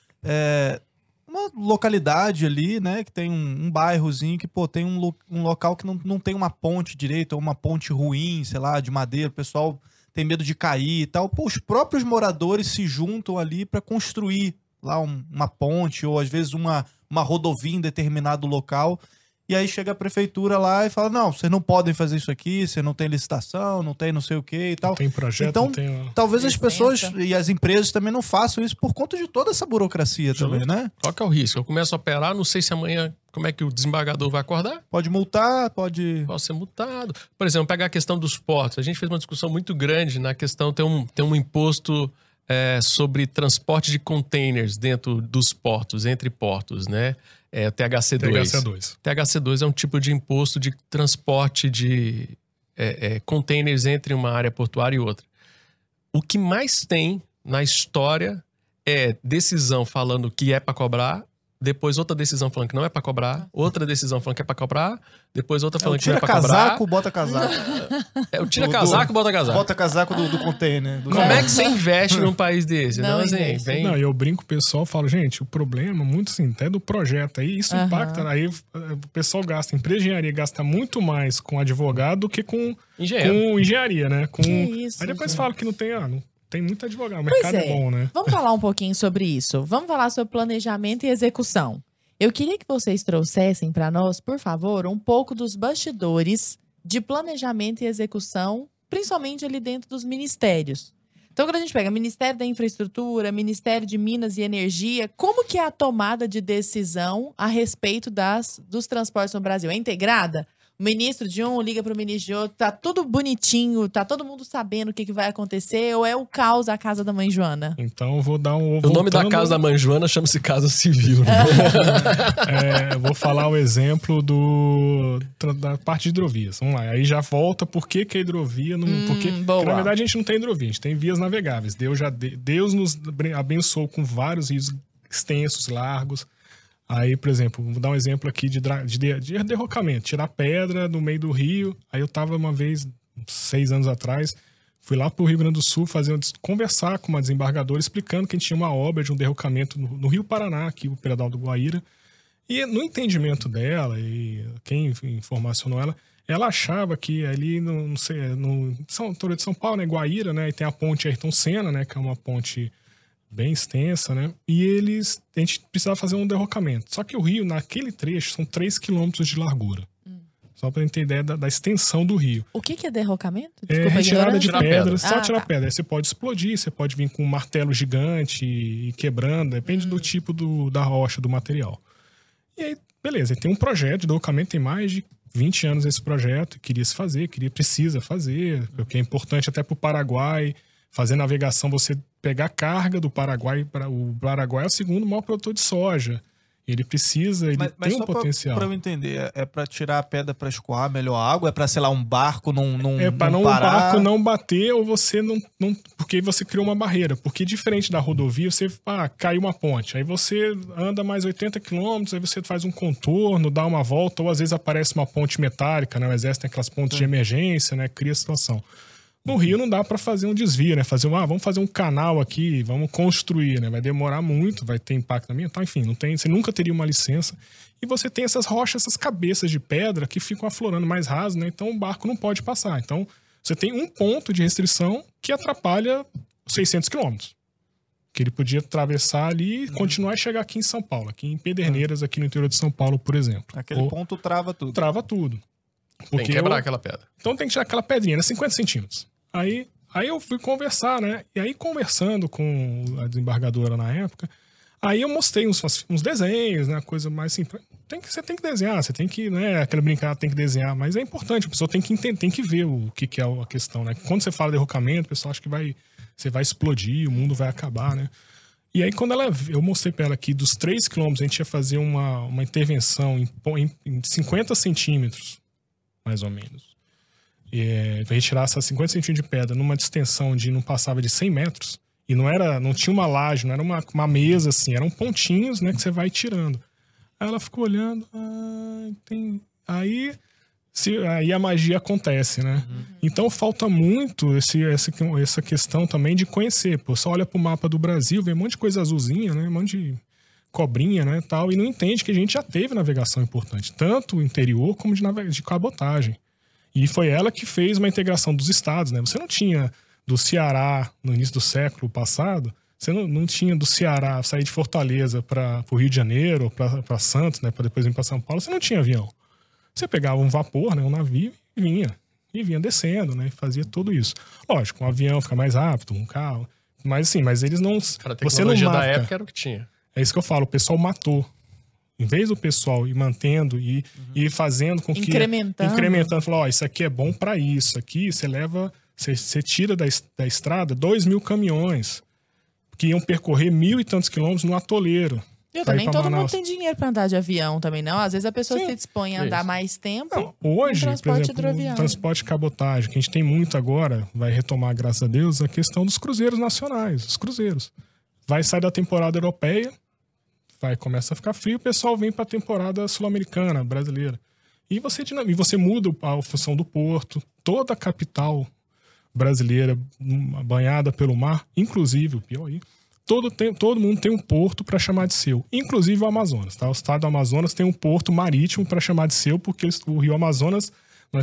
localidade ali, né, que tem um bairrozinho que, tem um local que não tem uma ponte direita ou uma ponte ruim, sei lá, de madeira, o pessoal tem medo de cair e tal. Os próprios moradores se juntam ali para construir lá uma ponte ou às vezes uma rodovia em determinado local, e aí chega a prefeitura lá e fala, não, vocês não podem fazer isso aqui, você não tem licitação, não tem não sei o que e tal. Não tem projeto, então, não tem... talvez as pessoas e as empresas também não façam isso por conta de toda essa burocracia também, né? Qual que é o risco? Eu começo a operar, não sei se amanhã, como é que o desembargador vai acordar? Pode multar, pode ser multado. Por exemplo, pegar a questão dos portos. A gente fez uma discussão muito grande na questão, tem um imposto... sobre transporte de containers dentro dos portos, entre portos, né? THC2. THC2 é um tipo de imposto de transporte de containers entre uma área portuária e outra. O que mais tem na história é decisão falando que é para cobrar, depois outra decisão falando que não é para cobrar, outra decisão falando que é para cobrar, depois outra falando que não é para cobrar. Tira casaco, bota casaco. O tira casaco, bota casaco. Bota casaco do container. Como é que você investe num país desse? Não, Não, eu brinco com o pessoal, falo, gente, o problema muito assim, até do projeto aí, isso impacta, aí o pessoal gasta, a empresa de engenharia gasta muito mais com advogado do que com engenharia, né? Isso, aí depois fala que não tem muito advogado, o mercado é bom, né? Vamos falar um pouquinho sobre isso. Vamos falar sobre planejamento e execução. Eu queria que vocês trouxessem para nós, por favor, um pouco dos bastidores de planejamento e execução, principalmente ali dentro dos ministérios. Então, quando a gente pega Ministério da Infraestrutura, Ministério de Minas e Energia, como que é a tomada de decisão a respeito dos transportes no Brasil? É integrada? O ministro de um liga para o ministro de outro, tá tudo bonitinho, tá todo mundo sabendo o que vai acontecer, ou é o caos a casa da mãe Joana? Então eu vou dar O nome da casa da mãe Joana chama-se Casa Civil. Né? Eu vou falar o exemplo da parte de hidrovias. Vamos lá, aí já volta por que a hidrovia não... Porque na verdade a gente não tem hidrovia, a gente tem vias navegáveis. Deus nos abençoou com vários rios extensos, largos. Aí, por exemplo, vou dar um exemplo aqui de derrocamento. Tirar pedra no meio do rio. Aí eu tava uma vez, 6 anos atrás, fui lá pro Rio Grande do Sul conversar com uma desembargadora explicando que a gente tinha uma obra de um derrocamento no Rio Paraná, aqui o Pedral do Guaíra. E no entendimento dela, e quem informacionou ela achava que ali, no interior de São Paulo, né, Guaíra, né, e tem a ponte Ayrton Senna, né, que é uma ponte bem extensa, né? E a gente precisava fazer um derrocamento. Só que o rio, naquele trecho, são 3 quilômetros de largura. Só pra gente ter ideia da extensão do rio. O que é derrocamento? Desculpa, retirada de pedras, só tirar pedra. Aí você pode explodir, você pode vir com um martelo gigante e quebrando, depende do tipo da rocha, do material. E aí, beleza, tem um projeto de derrocamento, tem mais de 20 anos esse projeto, precisa fazer, porque é importante até pro Paraguai, fazer navegação, você pegar carga do Paraguai. O Paraguai é o segundo maior produtor de soja. Ele precisa, ele tem um potencial. Pra eu entender, é pra tirar a pedra pra escoar melhor a água? É pra, sei lá, um barco não É pra não um parar? barco não bater ou você não... Porque você criou uma barreira. Porque diferente da rodovia, você caiu uma ponte. Aí você anda mais 80 quilômetros, aí você faz um contorno, dá uma volta, ou às vezes aparece uma ponte metálica, né? O exército tem aquelas pontes de emergência, né? Cria a situação. No Rio não dá para fazer um desvio, né? Vamos fazer um canal aqui, vamos construir, né? Vai demorar muito, vai ter impacto ambiental, enfim, não tem, você nunca teria uma licença. E você tem essas rochas, essas cabeças de pedra que ficam aflorando mais raso, né? Então o barco não pode passar. Então você tem um ponto de restrição que atrapalha 600 quilômetros. Que ele podia atravessar ali e continuar a chegar aqui em São Paulo, aqui em Pederneiras, aqui no interior de São Paulo, por exemplo. Aquele ponto trava tudo. Trava tudo. Tem que quebrar aquela pedra. Então tem que tirar aquela pedrinha, né? 50 centímetros. Aí eu fui conversar, né? E aí, conversando com a desembargadora na época, aí eu mostrei uns desenhos, né? Coisa mais assim. Você tem que desenhar, você tem que, né? Aquela brincada tem que desenhar, mas é importante, a pessoa tem que entender, tem que ver o que é a questão, né? Quando você fala de derrocamento, o pessoal acha que você vai explodir, o mundo vai acabar, né? E aí, quando eu mostrei pra ela que dos 3 quilômetros a gente ia fazer uma intervenção em 50 centímetros, mais ou menos. Retirar essas 50 centímetros de pedra numa distensão de não passava de 100 metros, e não tinha uma laje, não era uma mesa assim, eram pontinhos, né, que você vai tirando. Aí ela ficou olhando, aí a magia acontece, né? Então falta muito essa questão também de conhecer. Pô, só olha pro mapa do Brasil, vê um monte de coisa azulzinha, né, um monte de cobrinha, né, tal, e não entende que a gente já teve navegação importante, tanto interior como de cabotagem. E foi ela que fez uma integração dos estados, né? Você não tinha do Ceará, no início do século passado, você não tinha do Ceará sair de Fortaleza para o Rio de Janeiro, para Santos, né? Para depois ir para São Paulo, você não tinha avião. Você pegava um vapor, né? Um navio e vinha descendo, né? E fazia tudo isso. Lógico, um avião fica mais rápido, um carro. Mas assim, eles não... Cara, a tecnologia da época era o que tinha. É isso que eu falo, o pessoal matou. Em vez do pessoal ir mantendo e fazendo com que... Incrementando. Falou, isso aqui é bom para isso. Aqui você tira da estrada 2.000 caminhões que iam percorrer 1.000 e tantos quilômetros no atoleiro. E também todo mundo tem dinheiro para andar de avião também, não? Às vezes a pessoa se dispõe a andar mais tempo. Não, hoje, por exemplo, o transporte de cabotagem, que a gente tem muito agora, vai retomar, graças a Deus, a questão dos cruzeiros nacionais, os cruzeiros. Vai sair da temporada europeia, começa a ficar frio, o pessoal vem para a temporada sul-americana, brasileira. E você muda a função do porto, toda a capital brasileira banhada pelo mar, inclusive o Piauí, todo mundo tem um porto para chamar de seu, inclusive o Amazonas. Tá? O estado do Amazonas tem um porto marítimo para chamar de seu, porque o rio Amazonas a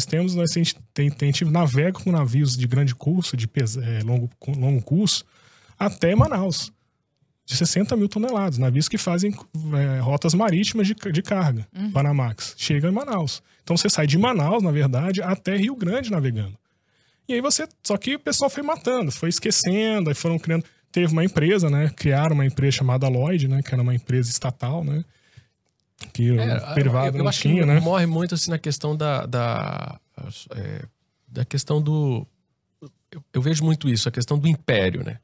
gente navega com navios de grande curso, de longo curso, até Manaus. De 60 mil toneladas, navios que fazem rotas marítimas de carga, Panamax. Chega em Manaus. Então você sai de Manaus, na verdade, até Rio Grande navegando. E aí só que o pessoal foi matando, foi esquecendo, aí foram criando... Teve uma empresa, né? Criaram uma empresa chamada Lloyd, né? Que era uma empresa estatal, né? Que o privado não tinha, né? Morre muito assim na questão da questão do... Eu vejo muito isso, a questão do império, né?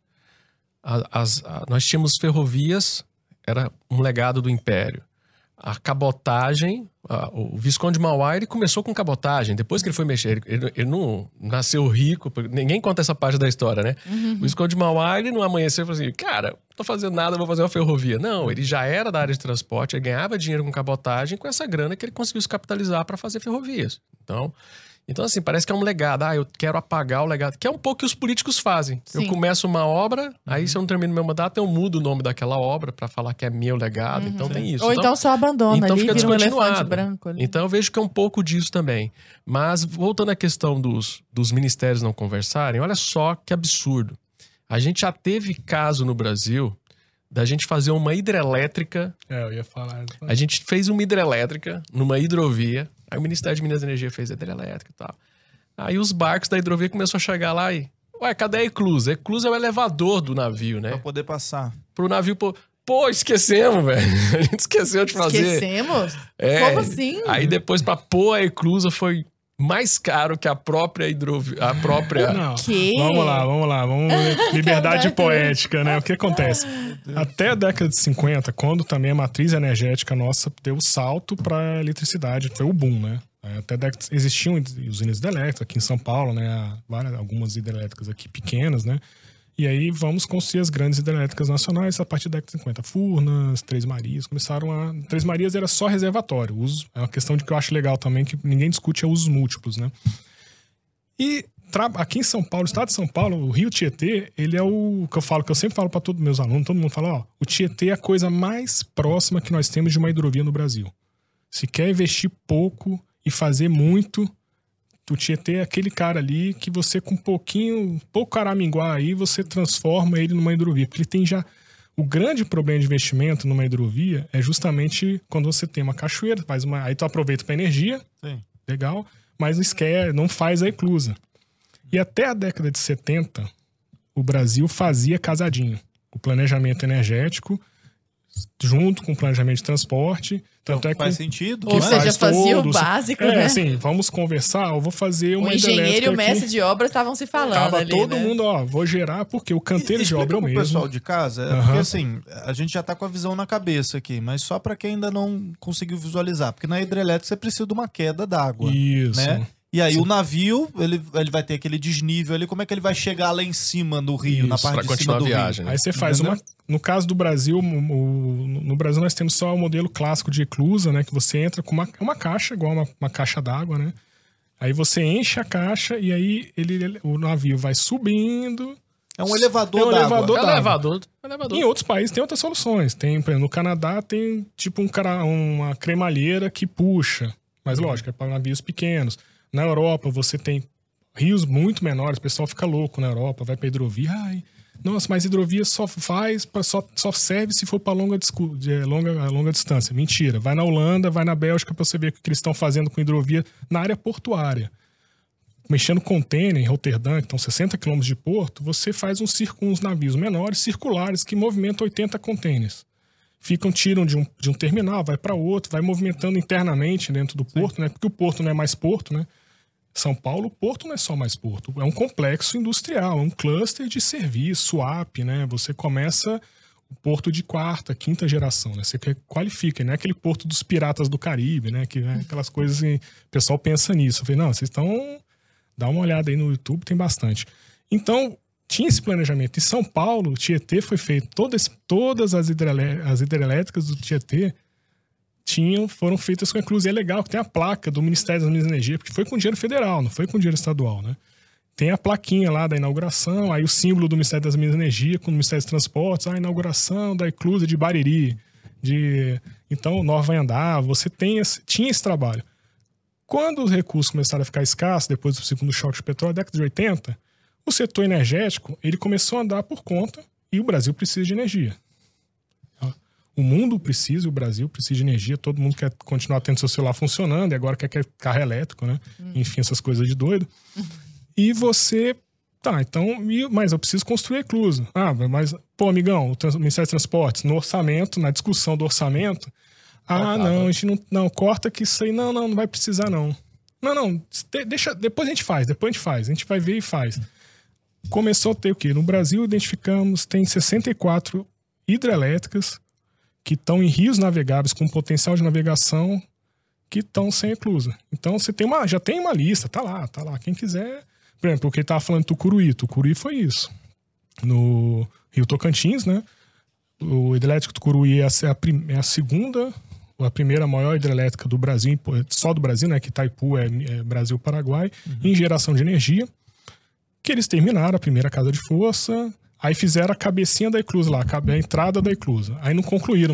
Nós tínhamos ferrovias, era um legado do Império. A cabotagem, o Visconde de Mauá, ele começou com cabotagem. Depois que ele foi mexer, ele não nasceu rico. Ninguém conta essa parte da história, né? O Visconde de Mauá, ele não amanheceu e falou assim, cara, não tô fazendo nada, vou fazer uma ferrovia. Não, ele já era da área de transporte, ele ganhava dinheiro com cabotagem, com essa grana que ele conseguiu se capitalizar para fazer ferrovias. Então, assim, parece que é um legado. Eu quero apagar o legado. Que é um pouco que os políticos fazem. Sim. Eu começo uma obra, aí se eu não termino meu mandato, eu mudo o nome daquela obra pra falar que é meu legado. Então tem isso. Ou então só abandona ali, fica vira um elefante branco. Ali. Então eu vejo que é um pouco disso também. Mas voltando à questão dos ministérios não conversarem, olha só que absurdo. A gente já teve caso no Brasil da gente fazer uma hidrelétrica. Eu ia falar. A gente fez uma hidrelétrica numa hidrovia. Aí o Ministério de Minas e Energia fez a hidrelétrica e tal. Aí os barcos da hidrovia começaram a chegar lá e... Ué, cadê a eclusa? A eclusa é o elevador do navio, né? Pra poder passar. Pro navio... Pô, esquecemos, velho. A gente esqueceu de fazer. Esquecemos? Como assim? Aí depois pra pôr a eclusa foi mais caro que a própria hidrovia. Não. Que? Vamos lá. Liberdade poética, né? O que acontece? Até a década de 50, quando também a matriz energética nossa deu o salto para eletricidade, foi o boom, né? Até existiam usinas hidrelétricas aqui em São Paulo, né? Algumas hidrelétricas aqui pequenas, né? E aí vamos construir as grandes hidrelétricas nacionais a partir da década de 50. Furnas, Três Marias, Três Marias era só reservatório. É uma questão de que eu acho legal também, que ninguém discute, é usos múltiplos, né? E aqui em São Paulo, no estado de São Paulo, o Rio Tietê, ele é o que eu sempre falo para todos os meus alunos, todo mundo fala, ó, o Tietê é a coisa mais próxima que nós temos de uma hidrovia no Brasil. Se quer investir pouco e fazer muito, o Tietê é aquele cara ali que você com pouco caraminguá aí, você transforma ele numa hidrovia. Porque ele tem já... O grande problema de investimento numa hidrovia é justamente quando você tem uma cachoeira, aí tu aproveita para energia, Sim. legal, mas não faz a eclusa. E até a década de 70, o Brasil fazia casadinho. O planejamento energético, junto com o planejamento de transporte. Tanto é que faz sentido. Ou seja, fazia o básico, né? Assim, vamos conversar, eu vou fazer uma o engenheiro e o mestre aqui. De obra estavam se falando Tava ali, todo né? mundo, ó, vou gerar, porque o canteiro de obra é o mesmo. O pessoal de casa, porque assim, a gente já tá com a visão na cabeça aqui, mas só para quem ainda não conseguiu visualizar, porque na hidrelétrica você precisa de uma queda d'água. Isso. Né? E aí o navio, ele vai ter aquele desnível ali, como é que ele vai chegar lá em cima do rio, na parte de cima do viagem, rio? né? Aí você faz no caso do Brasil, no Brasil nós temos só o modelo clássico de eclusa, né? Que você entra com uma caixa, igual uma caixa d'água, né? Aí você enche a caixa e aí o navio vai subindo. É um elevador d'água. Elevador. Em outros países tem outras soluções. Tem, por exemplo, no Canadá tem tipo uma cremalheira que puxa. Mas lógico, é para navios pequenos. Na Europa você tem rios muito menores, o pessoal fica louco na Europa, vai pra hidrovia. Ai, nossa, mas hidrovia só serve se for pra longa distância. Mentira. Vai na Holanda, vai na Bélgica pra você ver o que eles estão fazendo com hidrovia na área portuária. Mexendo container em Roterdã, que estão 60 km de porto, você faz uns navios menores, circulares, que movimentam 80 containers. Tiram de um terminal, vai para outro, vai movimentando internamente dentro do porto, né? Porque o porto não é mais porto, né? São Paulo, o porto não é só mais porto, é um complexo industrial, é um cluster de serviço, swap, né? Você começa o porto de quarta, quinta geração, né? Você qualifica, não é aquele porto dos piratas do Caribe, né? Que, né? Aquelas coisas que o pessoal pensa nisso. Eu falei, não, vocês estão... Dá uma olhada aí no YouTube, tem bastante. Então, tinha esse planejamento. Em São Paulo, o Tietê foi feito, todas as hidrelétricas do Tietê foram feitas com eclusa. E é legal que tem a placa do Ministério das Minas e Energia, porque foi com dinheiro federal, não foi com dinheiro estadual, né? Tem a plaquinha lá da inauguração, aí o símbolo do Ministério das Minas e Energia com o Ministério dos Transportes, a inauguração da eclusa de Bariri, então Nova Andar, você tinha esse trabalho. Quando os recursos começaram a ficar escassos, depois do segundo choque de petróleo, década de 80, o setor energético ele começou a andar por conta e o Brasil precisa de energia. O mundo precisa, o Brasil precisa de energia, todo mundo quer continuar tendo seu celular funcionando e agora quer carro elétrico, né? Enfim, essas coisas de doido. E você... Tá, então... Mas eu preciso construir a eclusa. Ah, mas... Pô, amigão, o Ministério dos Transportes, no orçamento, na discussão do orçamento... não, a gente não corta que isso aí... Não vai precisar, não. Não, deixa... Depois a gente faz. A gente vai ver e faz. Começou a ter o quê? No Brasil, tem 64 hidrelétricas que estão em rios navegáveis com potencial de navegação que estão sem eclusa. Então, já tem uma lista, tá lá. Quem quiser... Por exemplo, o que ele estava falando de Tucuruí foi isso. No Rio Tocantins, né? O hidrelétrico Tucuruí é a segunda, ou a primeira maior hidrelétrica do Brasil, só do Brasil, né? Que Itaipu é Brasil-Paraguai, em geração de energia. Que eles terminaram a primeira casa de força, aí fizeram a cabecinha da eclusa lá, a entrada da eclusa. Aí não concluíram.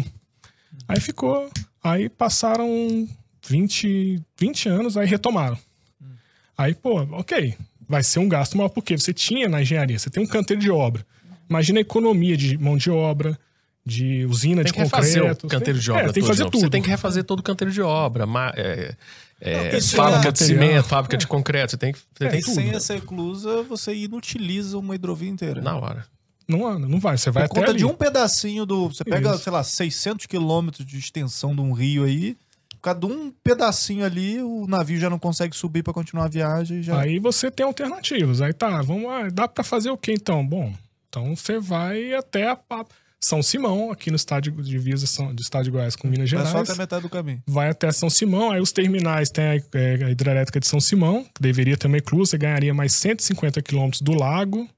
Aí passaram 20 anos, aí retomaram. Aí, ok, vai ser um gasto maior, porque você tinha na engenharia, você tem um canteiro de obra. Imagina a economia de mão de obra, de usina de concreto. Tem que refazer o canteiro de obra. Tem que fazer tudo. Você tem que refazer todo o canteiro de obra, fábrica de cimento, fábrica de concreto, você tem que tudo. Sem essa eclusa, você inutiliza uma hidrovia inteira. Na hora. Não vai, você vai até conta ali. de um pedacinho você pega, sei lá, 600 quilômetros de extensão de um rio aí, o causa de um pedacinho ali, o navio já não consegue subir para continuar a viagem. Já... Aí você tem alternativas. Aí tá, vamos lá, dá para fazer o quê então? Bom, então você vai até a São Simão, aqui no estádio de divisa do estado de Goiás com Minas Gerais. É só até metade do caminho. Vai até São Simão, aí os terminais tem a hidrelétrica de São Simão, que deveria ter uma inclusa, você ganharia mais 150 quilômetros do lago,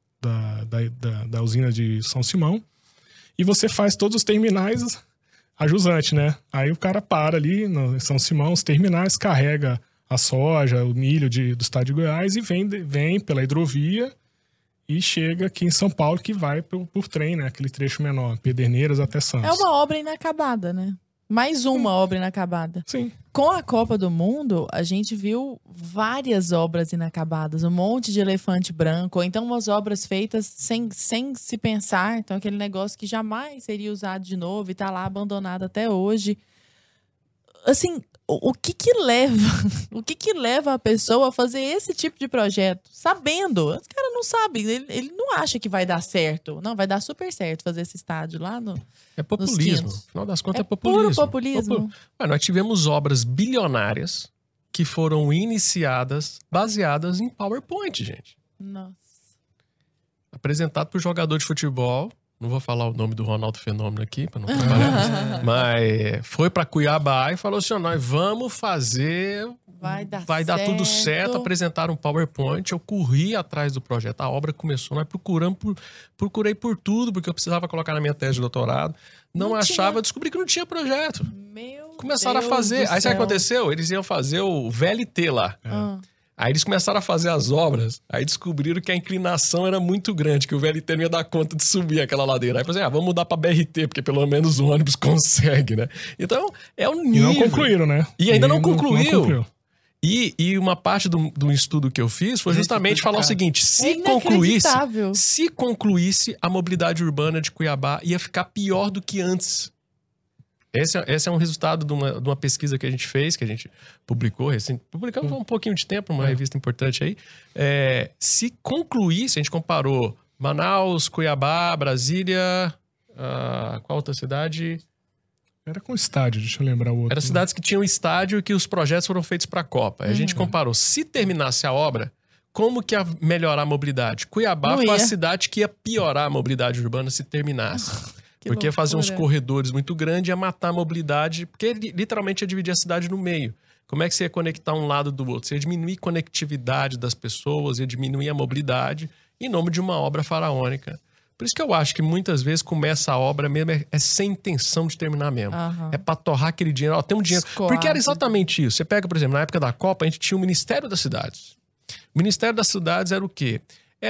da usina de São Simão, e você faz todos os terminais a jusante, né? Aí o cara para ali no São Simão, os terminais, carrega a soja, o milho do estado de Goiás e vem pela hidrovia e chega aqui em São Paulo, que vai por trem, né? Aquele trecho menor, Pederneiras até Santos. É uma obra inacabada, né? Mais uma obra inacabada. Sim. Com a Copa do Mundo, a gente viu várias obras inacabadas. Um monte de elefante branco. Ou então umas obras feitas sem se pensar. Então aquele negócio que jamais seria usado de novo e tá lá abandonado até hoje. Assim, o que leva a pessoa a fazer esse tipo de projeto? Sabendo. Os caras não sabem. Ele não acha que vai dar certo. Não, vai dar super certo fazer esse estádio lá no... É populismo. No final das contas, é populismo. Puro populismo. Nós tivemos obras bilionárias que foram iniciadas baseadas em PowerPoint, gente. Nossa. Apresentado por jogador de futebol. Não vou falar o nome do Ronaldo Fenômeno aqui, para não trabalhar. Mas foi para Cuiabá e falou assim: nós vamos fazer. Vai dar tudo certo. Apresentaram um PowerPoint. Eu corri atrás do projeto. A obra começou. Nós procurei por tudo, porque eu precisava colocar na minha tese de doutorado. Não achava, descobri que não tinha projeto. Começaram a fazer. Aí sabe o que aconteceu? Eles iam fazer o VLT lá. Aí eles começaram a fazer as obras, aí descobriram que a inclinação era muito grande, que o VLT não ia dar conta de subir aquela ladeira. Aí falaram assim, vamos mudar pra BRT, porque pelo menos o ônibus consegue, né? Então, é o nível. E não concluíram, né? E ainda não concluiu. E uma parte do estudo que eu fiz foi justamente falar o seguinte, se concluísse, a mobilidade urbana de Cuiabá ia ficar pior do que antes. Esse é um resultado de uma pesquisa que a gente fez, que a gente publicou publicamos há um pouquinho de tempo, uma revista importante aí. Se concluísse, a gente comparou Manaus, Cuiabá, Brasília, qual outra cidade? Era com estádio, deixa eu lembrar o outro. Eram cidades que tinham estádio e que os projetos foram feitos para a Copa. Aí a gente comparou, se terminasse a obra, como que ia melhorar a mobilidade? Cuiabá foi a cidade que ia piorar a mobilidade urbana se terminasse. Porque ia fazer uns corredores muito grandes, ia matar a mobilidade, porque literalmente ia dividir a cidade no meio. Como é que você ia conectar um lado do outro? Você ia diminuir a conectividade das pessoas, ia diminuir a mobilidade, em nome de uma obra faraônica. Por isso que eu acho que muitas vezes começa a obra mesmo, é sem intenção de terminar mesmo. É pra torrar aquele dinheiro. Tem um dinheiro. Porque era exatamente isso. Você pega, por exemplo, na época da Copa, a gente tinha o Ministério das Cidades. O Ministério das Cidades era o quê?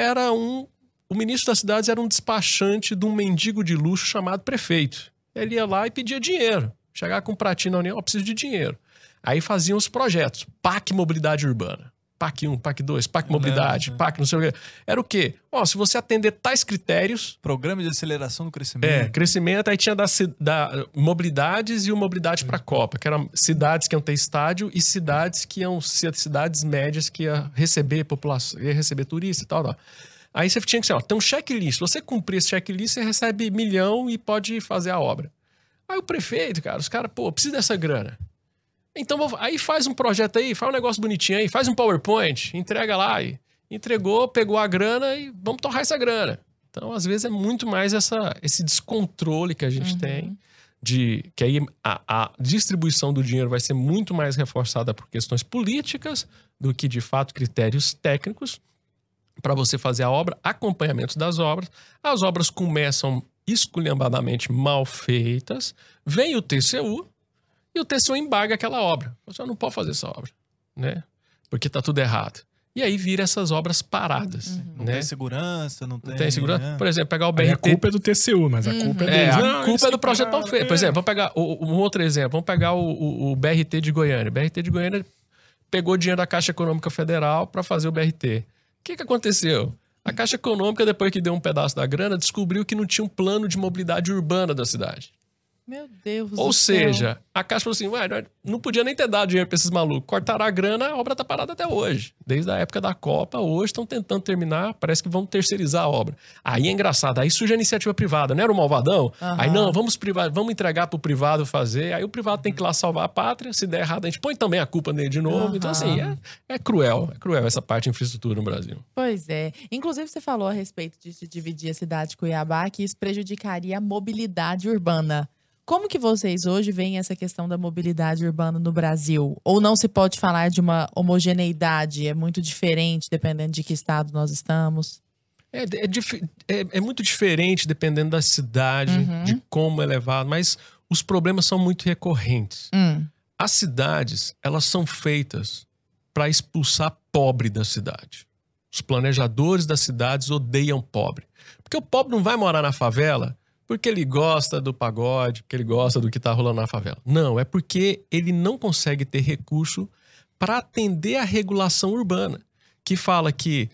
O ministro das cidades era um despachante de um mendigo de luxo chamado prefeito. Ele ia lá e pedia dinheiro. Chegava com um pratinho na União, preciso de dinheiro. Aí faziam os projetos. PAC Mobilidade Urbana. PAC 1, PAC 2, PAC Mobilidade, PAC não sei o quê. Era o quê? Se você atender tais critérios... Programa de aceleração do crescimento. Crescimento. Aí tinha da mobilidades e o mobilidade para a Copa, que eram cidades que iam ter estádio e cidades que iam ser cidades médias que iam receber população, ia receber turista e tal. Aí você tinha que ser, tem um checklist. Se você cumprir esse checklist, você recebe 1 milhão e pode fazer a obra. Aí o prefeito, cara, os caras, precisa dessa grana. Então, aí faz um projeto aí, faz um negócio bonitinho aí, faz um PowerPoint, entrega lá. E entregou, pegou a grana e vamos torrar essa grana. Então, às vezes, é muito mais esse descontrole que a gente tem, que aí a distribuição do dinheiro vai ser muito mais reforçada por questões políticas do que, de fato, critérios técnicos para você fazer a obra, acompanhamento das obras. As obras começam esculhambadamente mal feitas, vem o TCU e o TCU embarga aquela obra. Você não pode fazer essa obra, né? Porque tá tudo errado. E aí vira essas obras paradas. Não tem segurança, não tem... Não tem segurança. Né? Por exemplo, pegar o BRT... Aí a culpa é do TCU, mas a culpa é deles. A culpa é do projeto mal feito. Por exemplo, vamos pegar um outro exemplo. Vamos pegar o BRT de Goiânia. O BRT de Goiânia pegou dinheiro da Caixa Econômica Federal para fazer o BRT. O que aconteceu? A Caixa Econômica, depois que deu um pedaço da grana, descobriu que não tinha um plano de mobilidade urbana da cidade. Meu Deus Ou do seja, céu. a Caixa falou assim, ué, não podia nem ter dado dinheiro pra esses malucos. Cortaram a grana, a obra tá parada até hoje. Desde a época da Copa, hoje estão tentando terminar, parece que vão terceirizar a obra. Aí é engraçado, aí surge a iniciativa privada, não era o malvadão? Aí não, vamos entregar pro privado fazer, aí o privado tem que ir lá salvar a pátria, se der errado a gente põe também a culpa nele de novo. Então assim, é cruel essa parte de infraestrutura no Brasil. Pois é. Inclusive, você falou a respeito de dividir a cidade de Cuiabá, que isso prejudicaria a mobilidade urbana. Como que vocês hoje veem essa questão da mobilidade urbana no Brasil? Ou não se pode falar de uma homogeneidade? É muito diferente dependendo de que estado nós estamos? É muito diferente dependendo da cidade, de como é levado, mas os problemas são muito recorrentes. As cidades, elas são feitas para expulsar pobre da cidade. Os planejadores das cidades odeiam pobre. Porque o pobre não vai morar na favela porque ele gosta do pagode, porque ele gosta do que está rolando na favela. Não, é porque ele não consegue ter recurso para atender a regulação urbana, que fala que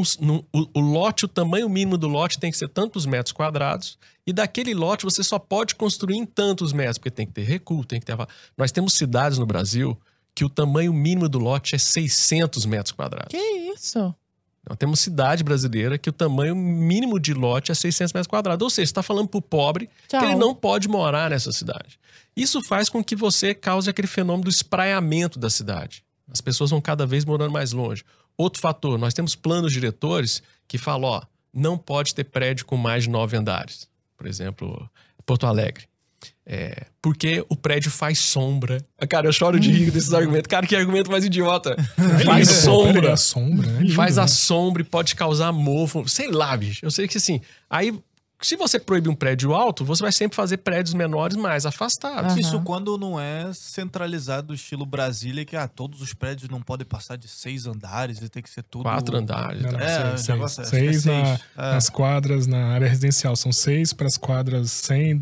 o lote, o tamanho mínimo do lote tem que ser tantos metros quadrados, e daquele lote você só pode construir em tantos metros, porque tem que ter recuo, tem que ter... Nós temos cidades no Brasil que o tamanho mínimo do lote é 600 metros quadrados. Que isso? Nós temos cidade brasileira que o tamanho mínimo de lote é 600 metros quadrados. Ou seja, você está falando para o pobre que ele não pode morar nessa cidade. Isso faz com que você cause aquele fenômeno do espraiamento da cidade. As pessoas vão cada vez morando mais longe. Outro fator, nós temos planos diretores que falam, ó, não pode ter prédio com mais de 9 andares. Por exemplo, Porto Alegre. Porque o prédio faz sombra. Cara, eu choro de rir desses argumentos. Cara, que argumento mais idiota. Faz sombra. Faz a sombra e pode causar mofo. Sei lá, bicho. Eu sei que assim... Aí, se você proíbe um prédio alto, você vai sempre fazer prédios menores mais afastados. Isso quando não é centralizado estilo Brasília, que todos os prédios não podem passar de 6 andares e tem que ser tudo... 4 andares. Não, 6 nas quadras, na área residencial. São 6 para as quadras 100,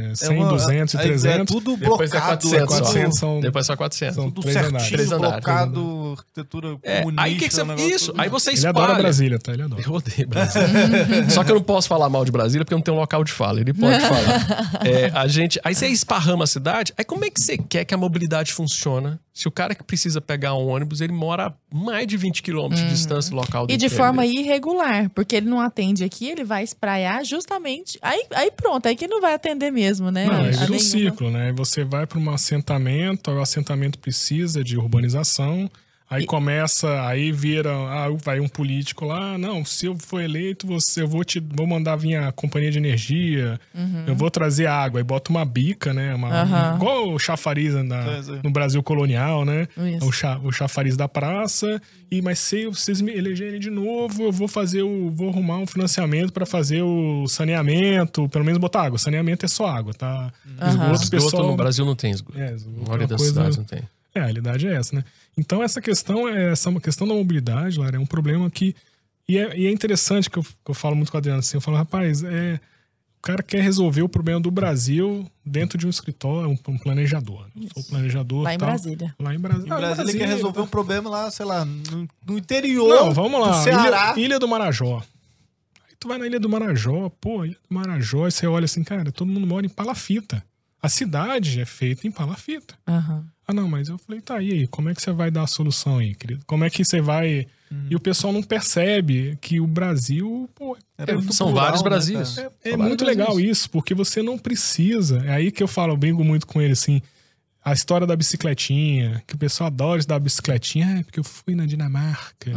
200 e 300. É tudo blocado. Depois é 400. 400 são, depois só 400. São tudo 3 certinho, andares. 3 andares. Blocado, arquitetura comunista. Aí que você... Isso, aí você espalha. Ele adora Brasília, tá? Ele adora. Eu odeio Brasília. Só que eu não posso falar mal de Brasília porque eu não tenho local de fala. Ele pode falar. Aí você esparrama a cidade. Aí como é que você quer que a mobilidade funcione? Se o cara que precisa pegar um ônibus, ele mora a mais de 20 quilômetros de distância do local do E de emprego forma dele. irregular, porque ele não atende aqui, ele vai espraiar justamente... Aí pronto, aí que não vai atender mesmo, né? Não, aí vira um ciclo, né? Você vai para um assentamento, aí o assentamento precisa de urbanização, aí aí vira, vai um político lá, não, se eu for eleito, eu vou mandar vir a companhia de energia, eu vou trazer água, aí bota uma bica, né? Igual o chafariz no Brasil colonial, né? O chafariz da praça, mas se vocês me elegerem de novo, eu vou arrumar um financiamento para fazer o saneamento, pelo menos botar água. Saneamento é só água, tá? Esgoto no Brasil não tem esgoto. A maioria das cidades não tem. A realidade é essa, né? Então, essa questão da mobilidade, Lara, é um problema que... E é interessante que eu falo muito com o Adriano, assim, eu falo, rapaz, o cara quer resolver o problema do Brasil dentro de um escritório, um planejador. Eu sou planejador. Lá em Brasília. Lá em Brasília. Em Brasília ele quer resolver um problema lá, sei lá, no interior. Não, vamos lá. Do Ceará. Ilha do Marajó. Aí tu vai na Ilha do Marajó, Ilha do Marajó, e você olha assim, cara, todo mundo mora em palafita. A cidade é feita em palafita. Não, mas eu falei, tá, e aí, como é que você vai dar a solução aí, querido? Como é que você vai... E o pessoal não percebe que o Brasil, são plural, vários né, Brasis. É muito legal isso, porque você não precisa... É aí que eu brinco muito com ele, assim, a história da bicicletinha, que o pessoal adora estudar bicicletinha, porque eu fui na Dinamarca.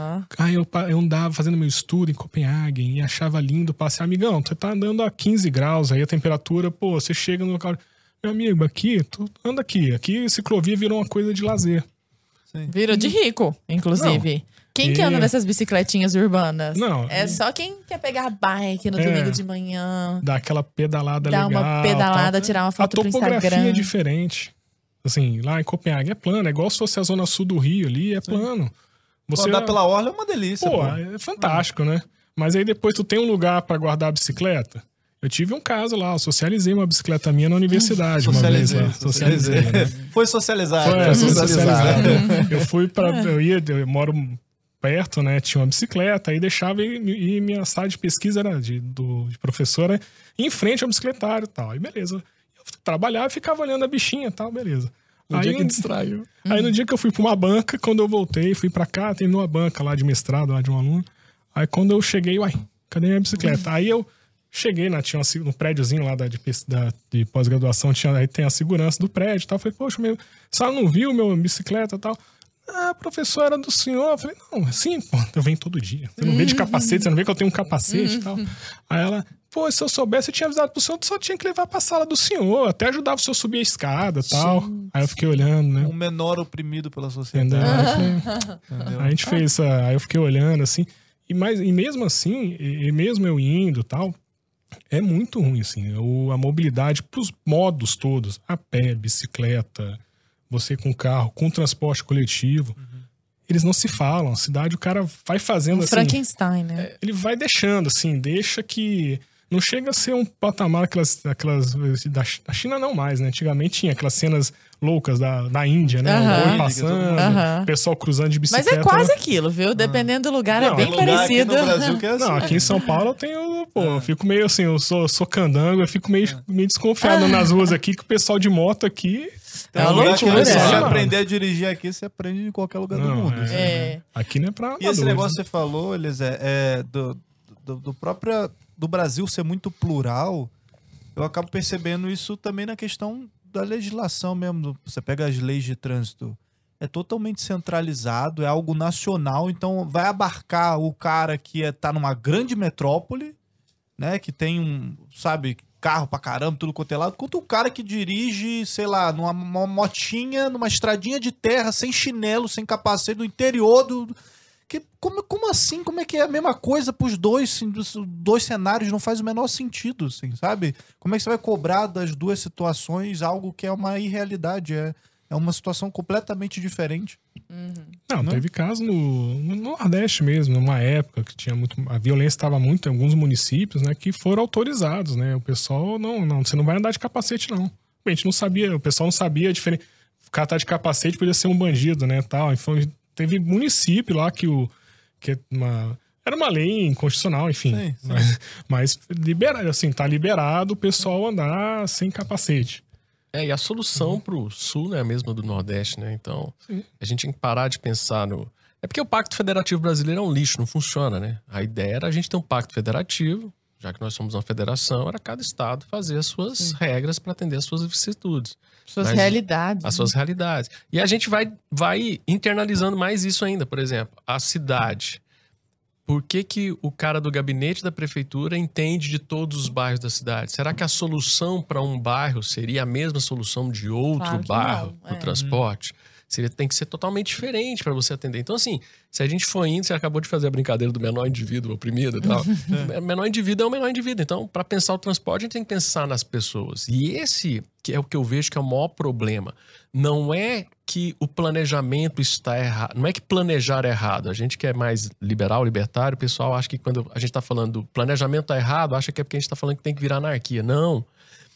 Eu andava fazendo meu estudo em Copenhague e achava lindo passear. Amigão, você tá andando a 15 graus, aí a temperatura, você chega no local... Meu amigo, tu anda aqui. Aqui ciclovia virou uma coisa de lazer. Sim. Virou de rico, inclusive. Não. Quem que anda nessas bicicletinhas urbanas? Não. É só quem quer pegar bike no domingo de manhã. Dar aquela pedalada legal. Dar uma pedalada, tirar uma foto pro Instagram. A topografia é diferente. Assim, lá em Copenhague é plano. É igual se fosse a zona sul do Rio ali, é plano. Você andar pela orla é uma delícia. É fantástico, né? Mas aí depois tu tem um lugar pra guardar a bicicleta. Eu tive um caso lá, eu socializei uma bicicleta minha na universidade uma vez lá. Socializei, né? Foi socializado. Foi socializado. Eu moro perto, né? Tinha uma bicicleta, aí deixava e minha sala de pesquisa era de professora em frente ao bicicletário e tal. Aí beleza. trabalhava e ficava olhando a bichinha e tal, beleza. No dia que distraiu. Aí no dia que eu fui pra uma banca, quando eu voltei, fui pra cá, tem uma banca lá de mestrado, lá de um aluno. Aí quando eu cheguei, uai, cadê minha bicicleta? Aí eu cheguei, né, tinha no prédiozinho lá de pós-graduação, aí tem a segurança do prédio e tal. Falei, poxa, a senhora não viu minha bicicleta e tal? Ah, professor, era do senhor. Eu falei, não, sim, pô, eu venho todo dia. Você não vê de capacete, você não vê que eu tenho um capacete e tal. Aí ela, pô, se eu soubesse, eu tinha avisado pro senhor, só tinha que levar pra sala do senhor, até ajudava o senhor a subir a escada e tal. Aí eu fiquei olhando, né? Um menor oprimido pela sociedade. Aí a gente fez isso, aí eu fiquei olhando, assim. E mesmo assim, e mesmo eu indo e tal, é muito ruim, assim. A mobilidade pros modos todos, a pé, bicicleta, você com carro, com transporte coletivo, eles não se falam. A cidade, o cara vai fazendo assim... Frankenstein, né? Ele vai deixando, assim, deixa que... Não chega a ser um patamar aquelas da China não mais, né? Antigamente tinha aquelas cenas loucas da Índia, né? O boi passando, o pessoal cruzando de bicicleta. Mas é quase aquilo, viu? Dependendo do lugar, é bem parecido. Aqui no Brasil que é assim. Não, aqui em São Paulo eu tenho... Pô, eu fico meio assim, eu sou candango, eu fico meio desconfiado nas ruas aqui, que o pessoal de moto aqui... É uma loucura. Se você aprender a dirigir aqui, você aprende em qualquer lugar do mundo. Aqui não é pra... E esse negócio que você falou, Elisé, do Brasil ser muito plural, eu acabo percebendo isso também na questão da legislação mesmo. Você pega as leis de trânsito, é totalmente centralizado, é algo nacional, então vai abarcar o cara que tá numa grande metrópole, né, que tem carro pra caramba, tudo quanto é lado, quanto o cara que dirige, sei lá, numa motinha, numa estradinha de terra, sem chinelo, sem capacete, no interior como assim? Como é que é a mesma coisa pros dois cenários? Não faz o menor sentido, assim, sabe? Como é que você vai cobrar das duas situações algo que é uma irrealidade? É uma situação completamente diferente. Não, teve caso no Nordeste mesmo, numa época que tinha muito... A violência estava muito em alguns municípios, né? Que foram autorizados, né? O pessoal, não, você não vai andar de capacete, não. A gente não sabia, o pessoal não sabia a diferença. O cara tá de capacete podia ser um bandido, né? Tal. Então, teve município lá era uma lei inconstitucional, enfim. Sim. Mas tá liberado o pessoal andar sem capacete. E a solução pro Sul não é a mesma do Nordeste, né? Então, a gente tem que parar de pensar no... É porque o Pacto Federativo Brasileiro é um lixo, não funciona, né? A ideia era a gente ter um pacto federativo, já que nós somos uma federação, era cada estado fazer as suas regras para atender as suas vicissitudes. Suas realidades. As suas realidades. E a gente vai internalizando mais isso ainda. Por exemplo, a cidade. Por que o cara do gabinete da prefeitura entende de todos os bairros da cidade? Será que a solução para um bairro seria a mesma solução de outro bairro do transporte? Tem que ser totalmente diferente para você atender. Então, assim, se a gente for indo, você acabou de fazer a brincadeira do menor indivíduo oprimido e tal. O menor indivíduo é o menor indivíduo. Então, para pensar o transporte, a gente tem que pensar nas pessoas. E esse que é o que eu vejo que é o maior problema. Não é que o planejamento está errado. Não é que planejar é errado. A gente que é mais liberal, libertário, o pessoal acha que quando a gente está falando do planejamento está errado, acha que é porque a gente está falando que tem que virar anarquia. Não.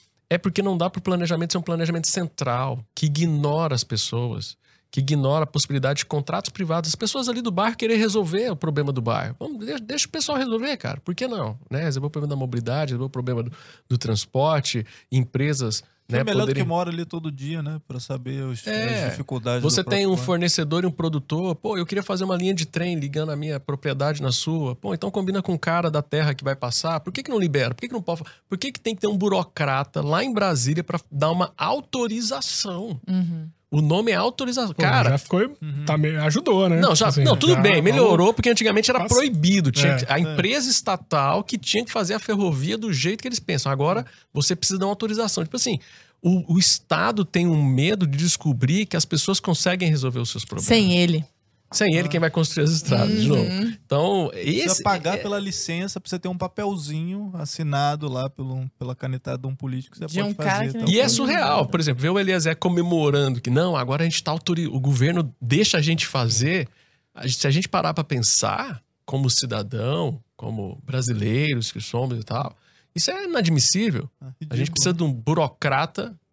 É porque não dá para o planejamento ser um planejamento central, que ignora as pessoas, que ignora a possibilidade de contratos privados. As pessoas ali do bairro querer resolver o problema do bairro. Deixa o pessoal resolver, cara. Por que não? Né? Resolver o problema da mobilidade, resolver o problema do transporte, empresas... É melhor do que mora ali todo dia, né? Pra saber as dificuldades. Você tem um fornecedor e um produtor. Pô, eu queria fazer uma linha de trem ligando a minha propriedade na sua. Pô, então combina com o cara da terra que vai passar. Por que não libera? Por que não pode? Por que tem que ter um burocrata lá em Brasília pra dar uma autorização? O nome é autorização. Pô, cara, já ficou... ajudou, né? Não, tudo bem. Melhorou, porque antigamente era proibido. Tinha a empresa estatal que tinha que fazer a ferrovia do jeito que eles pensam. Agora, você precisa dar uma autorização. Tipo assim, o Estado tem um medo de descobrir que as pessoas conseguem resolver os seus problemas. Sem ele. Sem ele, quem vai construir as estradas de novo. Então, precisa pagar pela licença, precisa ter um papelzinho assinado lá pela canetada de um político que você pode fazer. E é surreal. Por exemplo, ver o Eliezer comemorando que não, agora a gente tá o governo deixa a gente fazer. Se a gente parar para pensar, como cidadão, como brasileiros que somos e tal, isso é inadmissível. A gente precisa de um burocrata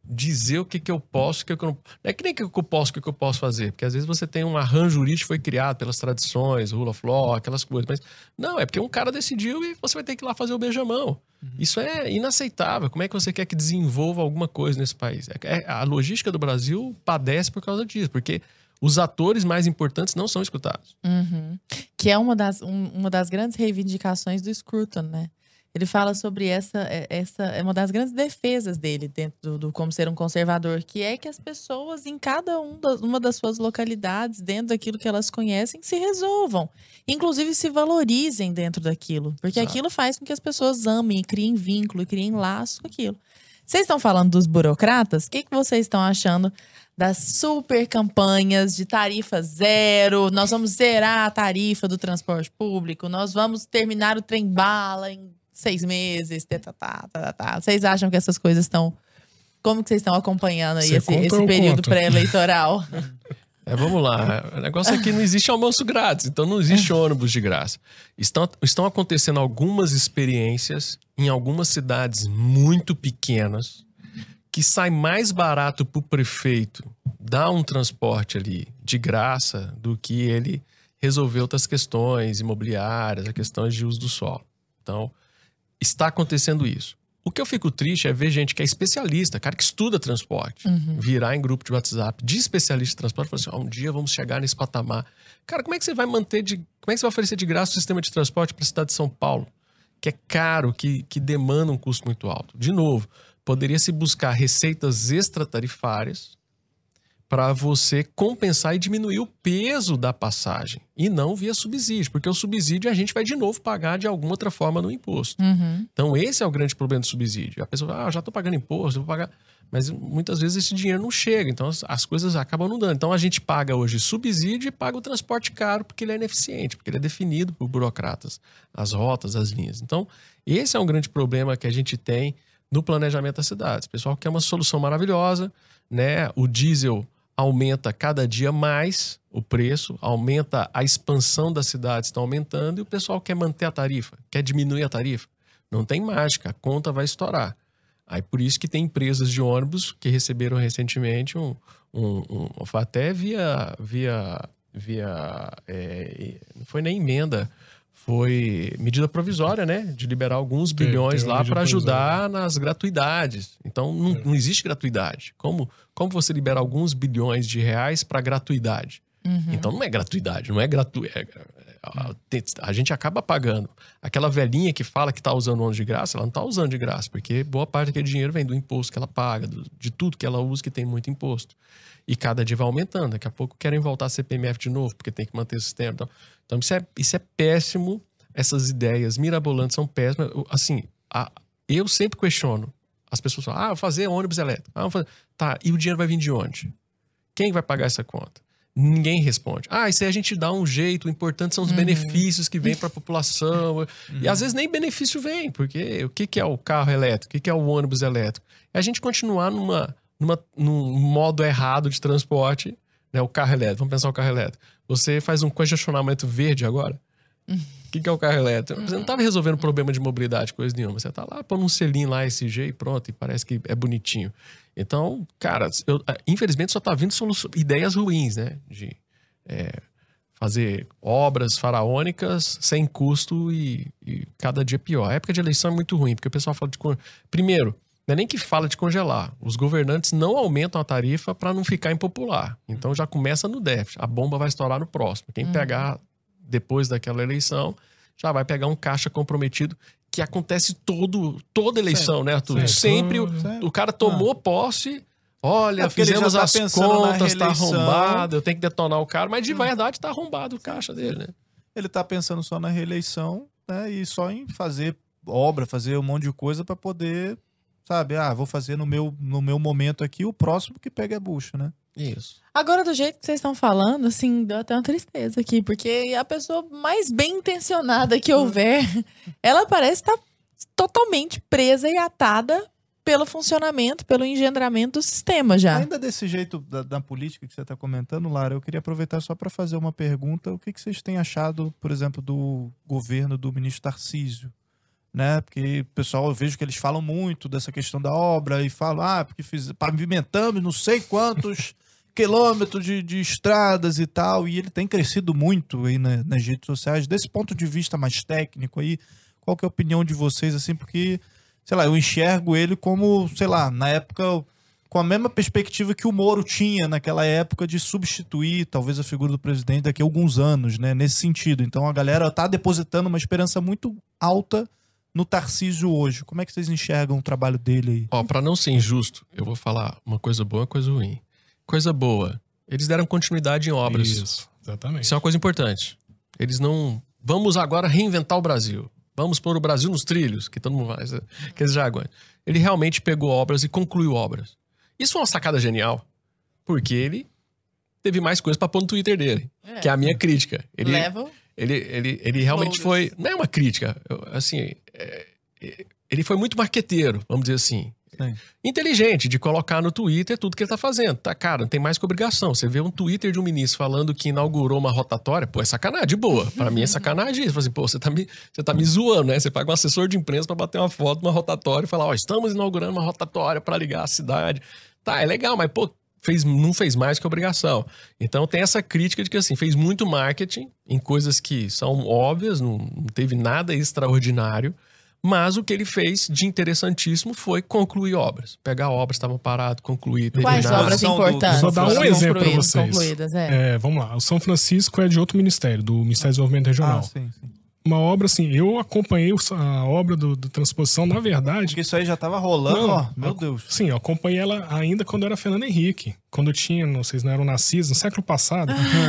dizer o que eu posso, o que eu não... Não é que nem o que eu posso, o que eu posso fazer. Porque às vezes você tem um arranjo jurídico que foi criado pelas tradições, rule of law, aquelas coisas. Mas não, é porque um cara decidiu e você vai ter que ir lá fazer o beijamão. Isso é inaceitável. Como é que você quer que desenvolva alguma coisa nesse país? A logística do Brasil padece por causa disso. Porque os atores mais importantes não são escutados. Que é uma das grandes reivindicações do Scruton, né? Ele fala sobre essa é uma das grandes defesas dele dentro do como ser um conservador, que é que as pessoas em cada uma das suas localidades, dentro daquilo que elas conhecem, se resolvam. Inclusive se valorizem dentro daquilo. Porque aquilo faz com que as pessoas amem, e criem vínculo, e criem laço com aquilo. Vocês estão falando dos burocratas? O que vocês estão achando das super campanhas de tarifa zero? Nós vamos zerar a tarifa do transporte público, nós vamos terminar o trem-bala em 6 meses, Vocês acham que essas coisas estão... Como que vocês estão acompanhando aí esse período pré-eleitoral? Vamos lá. O negócio é que não existe almoço grátis, então não existe ônibus de graça. Estão acontecendo algumas experiências em algumas cidades muito pequenas que sai mais barato para o prefeito dar um transporte ali de graça do que ele resolver outras questões imobiliárias, as questões de uso do solo. Então, está acontecendo isso. O que eu fico triste é ver gente que é especialista, cara que estuda transporte, virar em grupo de WhatsApp de especialista de transporte e falar assim, um dia vamos chegar nesse patamar. Cara, como é que você vai como é que você vai oferecer de graça o sistema de transporte para a cidade de São Paulo? Que é caro, que demanda um custo muito alto. De novo, poderia se buscar receitas extratarifárias para você compensar e diminuir o peso da passagem. E não via subsídio, porque o subsídio a gente vai de novo pagar de alguma outra forma no imposto. Então esse é o grande problema do subsídio. A pessoa fala, já estou pagando imposto, vou pagar... Mas muitas vezes esse dinheiro não chega, então as coisas acabam não dando. Então a gente paga hoje subsídio e paga o transporte caro porque ele é ineficiente, porque ele é definido por burocratas, as rotas, as linhas. Então esse é um grande problema que a gente tem no planejamento das cidades. O pessoal quer uma solução maravilhosa, né? O diesel aumenta cada dia mais o preço, aumenta a expansão das cidades, está aumentando, e o pessoal quer manter a tarifa, quer diminuir a tarifa. Não tem mágica, a conta vai estourar. Aí por isso que tem empresas de ônibus que receberam recentemente até via não foi nem emenda, foi medida provisória, né? De liberar alguns bilhões lá para ajudar nas gratuidades. Então, não existe gratuidade. Como você libera alguns bilhões de reais para gratuidade? Então, não é gratuidade, não é gratuito. A gente acaba pagando. Aquela velhinha que fala que está usando ônibus de graça, ela não está usando de graça, porque boa parte daquele dinheiro vem do imposto que ela paga, de tudo que ela usa que tem muito imposto. E cada dia vai aumentando. Daqui a pouco querem voltar a CPMF de novo, porque tem que manter o sistema. Então isso é péssimo. Essas ideias mirabolantes são péssimas. Assim, eu sempre questiono. As pessoas falam, vou fazer ônibus elétrico. Tá, e o dinheiro vai vir de onde? Quem vai pagar essa conta? Ninguém responde. Isso aí a gente dá um jeito, o importante são os benefícios que vêm para a população. E às vezes nem benefício vem, porque o que é o carro elétrico? O que é o ônibus elétrico? É a gente continuar num modo errado de transporte, né? O carro elétrico, vamos pensar o carro elétrico. Você faz um congestionamento verde agora. O que é o carro elétrico? Você não estava resolvendo problema de mobilidade, coisa nenhuma. Você está lá, pondo um selinho lá, SG e pronto, e parece que é bonitinho. Então, cara, infelizmente só está vindo ideias ruins, né? De fazer obras faraônicas sem custo e cada dia pior. A época de eleição é muito ruim, porque o pessoal fala de... Primeiro, não é nem que fala de congelar. Os governantes não aumentam a tarifa para não ficar impopular. Então já começa no déficit. A bomba vai estourar no próximo. Quem pegar depois daquela eleição já vai pegar um caixa comprometido, que acontece toda eleição, né, Arthur? Sempre o cara tomou posse, olha, fizemos as contas, tá arrombado, eu tenho que detonar o cara, mas de verdade tá arrombado o caixa dele, né? Ele tá pensando só na reeleição, né, e só em fazer obra, fazer um monte de coisa para poder... Sabe, vou fazer no meu momento aqui, o próximo que pega a bucha, né? Isso. Agora, do jeito que vocês estão falando, assim, deu até uma tristeza aqui, porque a pessoa mais bem intencionada que houver, ela parece estar totalmente presa e atada pelo funcionamento, pelo engendramento do sistema já. Ainda desse jeito da política que você está comentando, Lara, eu queria aproveitar só para fazer uma pergunta. O que vocês têm achado, por exemplo, do governo do ministro Tarcísio? né? Porque o pessoal, eu vejo que eles falam muito dessa questão da obra e falam, porque pavimentamos não sei quantos quilômetros de estradas e tal, e ele tem crescido muito aí nas redes sociais. Desse ponto de vista mais técnico aí, qual que é a opinião de vocês, assim, porque, sei lá, eu enxergo ele como, sei lá, na época, com a mesma perspectiva que o Moro tinha naquela época de substituir, talvez, a figura do presidente daqui a alguns anos, né, nesse sentido. Então a galera tá depositando uma esperança muito alta no Tarcísio hoje. Como é que vocês enxergam o trabalho dele aí? Pra não ser injusto, eu vou falar uma coisa boa e uma coisa ruim. Coisa boa, eles deram continuidade em obras. Isso, exatamente. Isso é uma coisa importante. Eles não... Vamos agora reinventar o Brasil. Vamos pôr o Brasil nos trilhos, que todo mundo faz, aqueles jargões. Ele realmente pegou obras e concluiu obras. Isso foi uma sacada genial, porque ele teve mais coisas pra pôr no Twitter dele, que é a minha crítica. Ele realmente foi... Não é uma crítica, ele foi muito marqueteiro, vamos dizer assim. Sim. Inteligente de colocar no Twitter tudo que ele tá fazendo. Tá, cara, não tem mais que obrigação. Você vê um Twitter de um ministro falando que inaugurou uma rotatória, é sacanagem, de boa. Pra mim é sacanagem isso. Assim, você tá me zoando, né? Você paga um assessor de imprensa pra bater uma foto de uma rotatória e falar, estamos inaugurando uma rotatória pra ligar a cidade. Tá, é legal, mas, não fez mais que obrigação. Então tem essa crítica de que, assim, fez muito marketing em coisas que são óbvias, não teve nada extraordinário. Mas o que ele fez de interessantíssimo foi concluir obras. Pegar obras que estavam paradas, concluir, terminar. Quais obras importantes? Vou dar um exemplo para vocês. Vamos lá. O São Francisco é de outro ministério, do Ministério do Desenvolvimento Regional. Sim. Uma obra, assim, eu acompanhei a obra do transposição, na verdade... Porque isso aí já tava rolando, meu Deus. Sim, eu acompanhei ela ainda quando era Fernando Henrique. Quando tinha, vocês não eram nascidos, no século passado.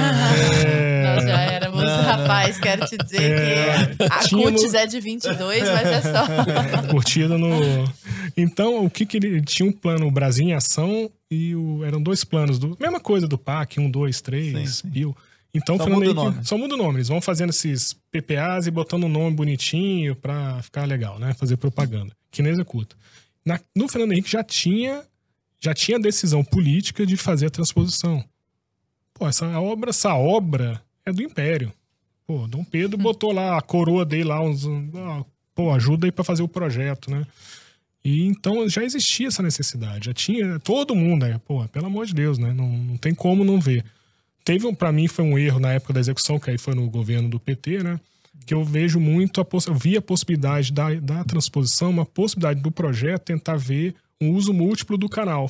Nós já éramos, rapaz, quero te dizer que a CUTES é de 22, mas é só... Curtida no... Então, o que ele tinha um plano, o Brasil em Ação, e eram 2 planos, mesma coisa do PAC, 1, 2, 3, PIL... Então, só muda o nome. Eles vão fazendo esses PPAs e botando um nome bonitinho pra ficar legal, né? Fazer propaganda. Que nem executa. No Fernando Henrique já tinha decisão política de fazer a transposição. Essa obra é do Império. Dom Pedro botou lá a coroa dele lá, ajuda aí pra fazer o projeto, né? E então já existia essa necessidade. Já tinha todo mundo, né? Pelo amor de Deus, né? Não tem como não ver. Pra mim, foi um erro na época da execução, que aí foi no governo do PT, né? Que eu vejo muito, eu vi a possibilidade da transposição, uma possibilidade do projeto tentar ver um uso múltiplo do canal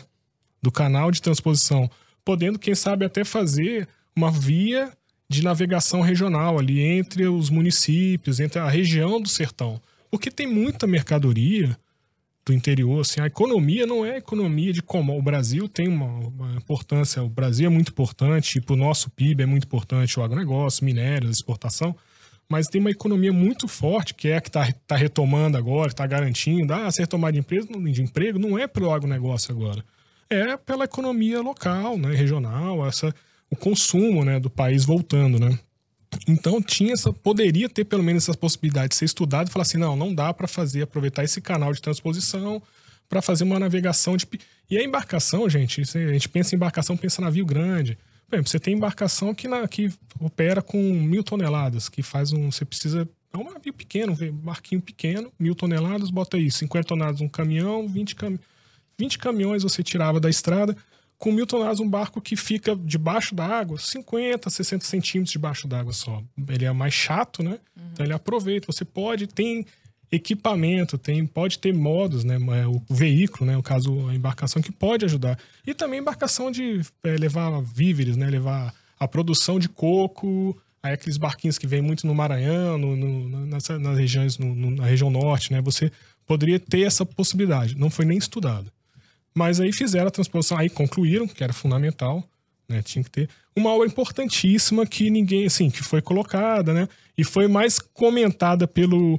de transposição, podendo, quem sabe, até fazer uma via de navegação regional ali entre os municípios, entre a região do sertão. Porque tem muita mercadoria do interior, assim, a economia não é economia de como o Brasil tem uma importância, o Brasil é muito importante, para o nosso PIB é muito importante o agronegócio, minérios, exportação, mas tem uma economia muito forte, que é a que está retomando agora, está garantindo, essa retomada de emprego não é pelo agronegócio agora, é pela economia local, né, regional, o consumo, né, do país voltando, né. Então poderia ter pelo menos essa possibilidade de ser estudado e falar assim, não dá para aproveitar esse canal de transposição para fazer uma navegação E a embarcação, gente, a gente pensa em embarcação, pensa em navio grande. Por exemplo, você tem embarcação que opera com 1.000 toneladas, que você precisa... É um navio pequeno, um barquinho pequeno, 1.000 toneladas, bota aí 50 toneladas um caminhão, 20 caminhões você tirava da estrada... Com 1.000 toneladas, um barco que fica debaixo da água, 50, 60 centímetros debaixo d'água só. Ele é mais chato, né? Então ele aproveita. Você tem equipamento, pode ter modos, né? O veículo, né? No caso, a embarcação que pode ajudar. E também embarcação de levar víveres, né? Levar a produção de coco, aí aqueles barquinhos que vêm muito no Maranhão, nas regiões, na região norte, né? Você poderia ter essa possibilidade. Não foi nem estudado. Mas aí fizeram a transposição, aí concluíram, que era fundamental, né? Tinha que ter uma obra importantíssima que ninguém, assim, que foi colocada, né? E foi mais comentada pelo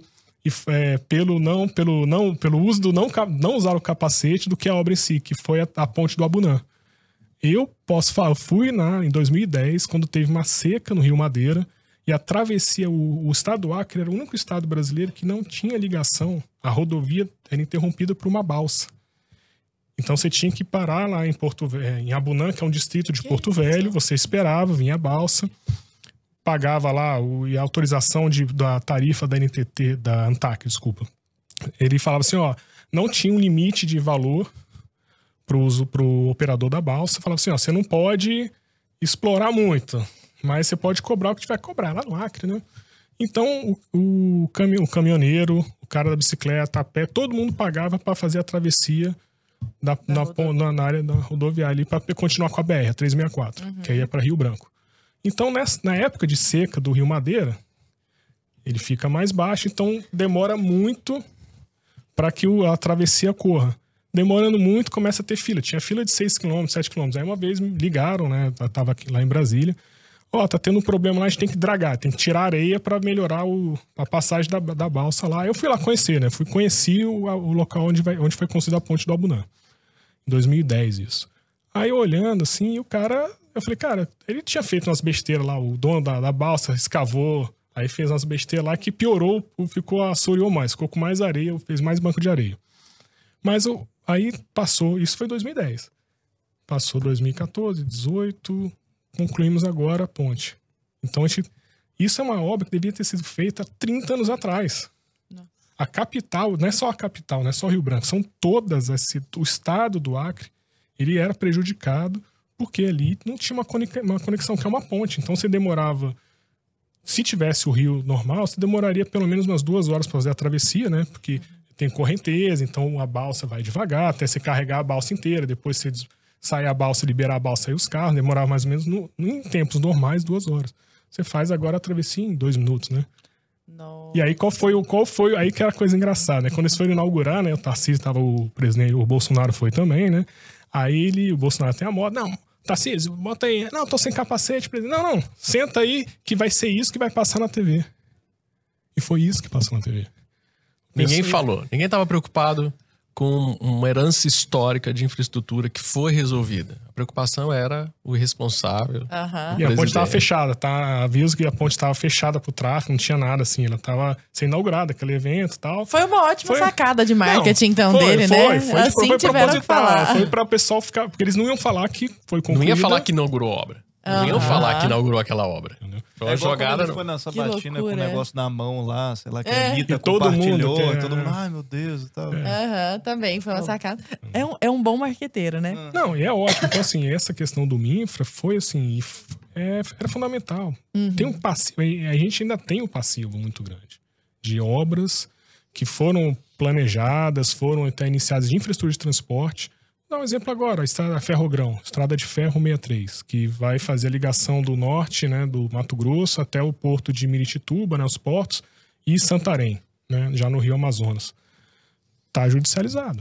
uso do não usar o capacete do que a obra em si, que foi a ponte do Abunã. Eu posso falar, fui em 2010, quando teve uma seca no Rio Madeira, e a travessia, o estado do Acre era o único estado brasileiro que não tinha ligação, a rodovia era interrompida por uma balsa. Então você tinha que parar lá em Abunã, que é um distrito de Porto Velho, você esperava, vinha a balsa, pagava lá a autorização da tarifa da NTT, da ANTAC, desculpa. ele falava assim, ó, não tinha um limite de valor pro operador da balsa. Falava assim, ó, você não pode explorar muito, mas você pode cobrar o que tiver que cobrar lá no Acre, né? Então, o caminhoneiro, o cara da bicicleta, a pé, todo mundo pagava para fazer a travessia na área da rodoviária ali para continuar com a BR, a 364, que aí é para Rio Branco. Então, na época de seca do Rio Madeira, ele fica mais baixo, então demora muito para que a travessia corra. Demorando muito, começa a ter fila. Tinha fila de 6 km, 7 km. Aí uma vez me ligaram, né? Eu tava aqui, lá em Brasília. Ó, tá tendo um problema lá, a gente tem que dragar, tem que tirar areia para melhorar a passagem da balsa lá. Eu fui lá conhecer, né? Fui conhecer o local onde foi construída a ponte do Abunã. Em 2010, isso. Aí eu olhando assim, o cara... Eu falei, cara, ele tinha feito umas besteiras lá, o dono da balsa escavou, aí fez umas besteiras lá que piorou, assoreou mais, ficou com mais areia, fez mais banco de areia. Mas aí passou, isso foi 2010. Passou 2014, 2018, concluímos agora a ponte. Então, isso é uma obra que devia ter sido feita há 30 anos atrás. Não. A capital, não é só a capital, não é só Rio Branco, são todas, o estado do Acre, ele era prejudicado porque ali não tinha uma conexão, que é uma ponte. Então, você demorava... Se tivesse o rio normal, você demoraria pelo menos umas 2 horas para fazer a travessia, né? Porque tem correnteza, então a balsa vai devagar até você carregar a balsa inteira. Depois você sai a balsa, liberar a balsa e os carros. Demorava mais ou menos, em tempos normais, 2 horas. Você faz agora a travessia em 2 minutos, né? Nossa. E aí, qual foi aí que era a coisa engraçada, né? Quando eles foram inaugurar, né? O Tarcísio tava, o presidente, o Bolsonaro foi também, né? Aí o Bolsonaro tem a moda, não... Tarcísio, bota aí. Não, tô sem capacete. Não, senta aí que vai ser isso que vai passar na TV. E foi isso que passou na TV. Ninguém falou. Ninguém tava preocupado com uma herança histórica de infraestrutura que foi resolvida. A preocupação era o responsável. E a ponte estava fechada, tá? Aviso que a ponte estava fechada pro tráfego, não tinha nada assim. Ela estava sendo inaugurada, aquele evento e tal. Foi uma ótima sacada de marketing, dele, né? Assim foi proposital. Foi para o pessoal ficar... Porque eles não iam falar que foi concluída. Não ia falar que inaugurou a obra. Não iam falar que inaugurou aquela obra. Foi uma jogada. Foi na Sabatina com o negócio na mão lá, sei lá, que a Anitta todo compartilhou. Mundo, todo mundo, ai meu Deus e tal. Também foi uma sacada. É um bom marqueteiro, né? Não, e é ótimo. Então, assim, essa questão do Minfra foi, assim, era fundamental. Tem um passivo, a gente ainda tem um passivo muito grande de obras que foram planejadas, foram até iniciadas de infraestrutura de transporte. Vou dar um exemplo agora, a estrada Ferrogrão, estrada de ferro 63, que vai fazer a ligação do norte, né, do Mato Grosso até o porto de Miritituba, né, os portos, e Santarém, né, já no Rio Amazonas. Tá judicializado.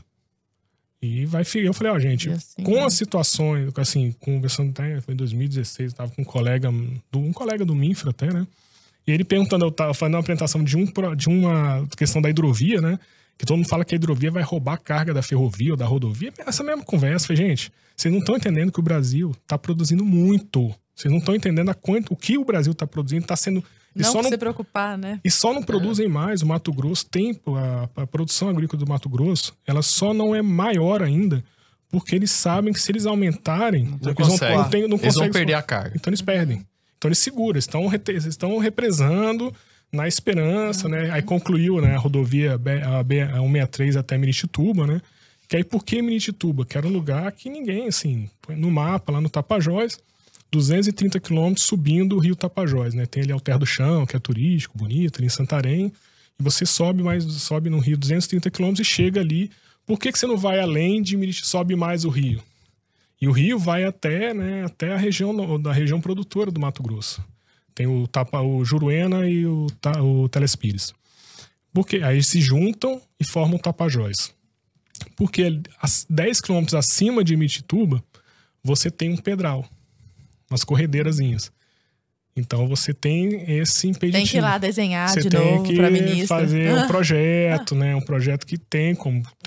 E eu falei, gente, assim, com as situações, assim, conversando até, foi em 2016, eu tava com um colega do Minfra até, né, e ele perguntando, eu tava fazendo uma apresentação de uma questão da hidrovia, né, que todo mundo fala que a hidrovia vai roubar a carga da ferrovia ou da rodovia. Essa mesma conversa, falei, gente, vocês não estão entendendo que o Brasil está produzindo muito. Vocês não estão entendendo o que o Brasil está produzindo está sendo... Não se preocupar, né? E só não produzem mais. O Mato Grosso tem... A produção agrícola do Mato Grosso, ela só não é maior ainda porque eles sabem que se eles aumentarem... Eles vão perder a carga. Então eles perdem. Então eles seguram. Eles estão represando... na esperança, né? Aí concluiu, né, a rodovia a 163 até Miritituba, né? Que aí por que Miritituba? Que era um lugar que ninguém, assim, no mapa, lá no Tapajós, 230 quilômetros subindo o rio Tapajós, né? Tem ali Alter do Chão, que é turístico, bonito, ali em Santarém. E você sobe no rio 230 quilômetros e chega ali. Por que você não vai além de Miritituba, sobe mais o rio? E o rio vai até a região produtora do Mato Grosso. Tem o Juruena e o Telespires. Porque aí eles se juntam e formam o Tapajós. Porque 10 quilômetros acima de Miritituba, você tem um pedral. Umas corredeirazinhas. Então você tem esse impeditivo. Tem que ir lá desenhar de novo para ministro. Fazer um projeto, né? Um projeto que tem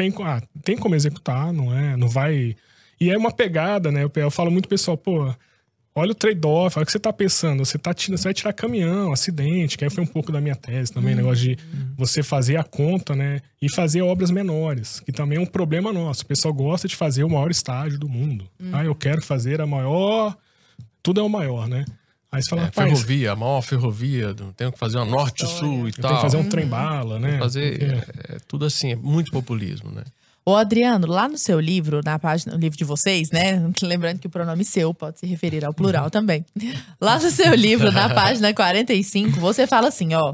como executar, não vai... E é uma pegada, né? Eu falo muito pessoal, olha o trade-off, olha o que você tá pensando. Você vai tirar caminhão, acidente, que aí foi um pouco da minha tese também, negócio de você fazer a conta, né? E fazer obras menores, que também é um problema nosso. O pessoal gosta de fazer o maior estágio do mundo. Eu quero fazer a maior... Tudo é o maior, né? Aí você fala, ferrovia, a maior ferrovia, tem que fazer uma norte-sul e tal. Tem que fazer um trem-bala, né? Fazer tudo assim, é muito populismo, né? Ô, Adriano, lá no seu livro, na página, no livro de vocês, né? Lembrando que o pronome seu pode se referir ao plural também. Lá no seu livro, na página 45, você fala assim, ó.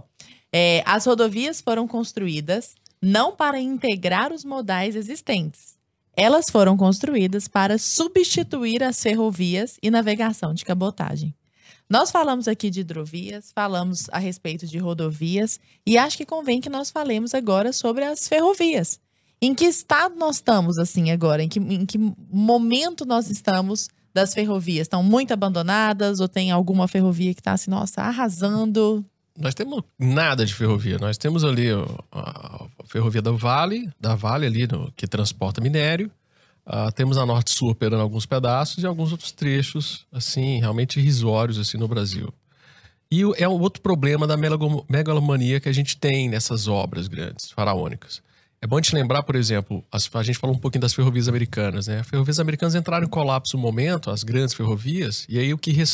As rodovias foram construídas não para integrar os modais existentes. Elas foram construídas para substituir as ferrovias e navegação de cabotagem. Nós falamos aqui de hidrovias, falamos a respeito de rodovias e acho que convém que nós falemos agora sobre as ferrovias. Em que estado nós estamos assim agora? Em que momento nós estamos das ferrovias? Estão muito abandonadas ou tem alguma ferrovia que está assim, nossa, arrasando? Nós temos nada de ferrovia. Nós temos ali a ferrovia da Vale ali, que transporta minério. Temos a Norte-Sul operando alguns pedaços e alguns outros trechos, assim, realmente irrisórios assim, no Brasil. E é um outro problema da megalomania que a gente tem nessas obras grandes, faraônicas. É bom te lembrar, por exemplo, a gente falou um pouquinho das ferrovias americanas, né? As ferrovias americanas entraram em colapso no momento, as grandes ferrovias, e aí o que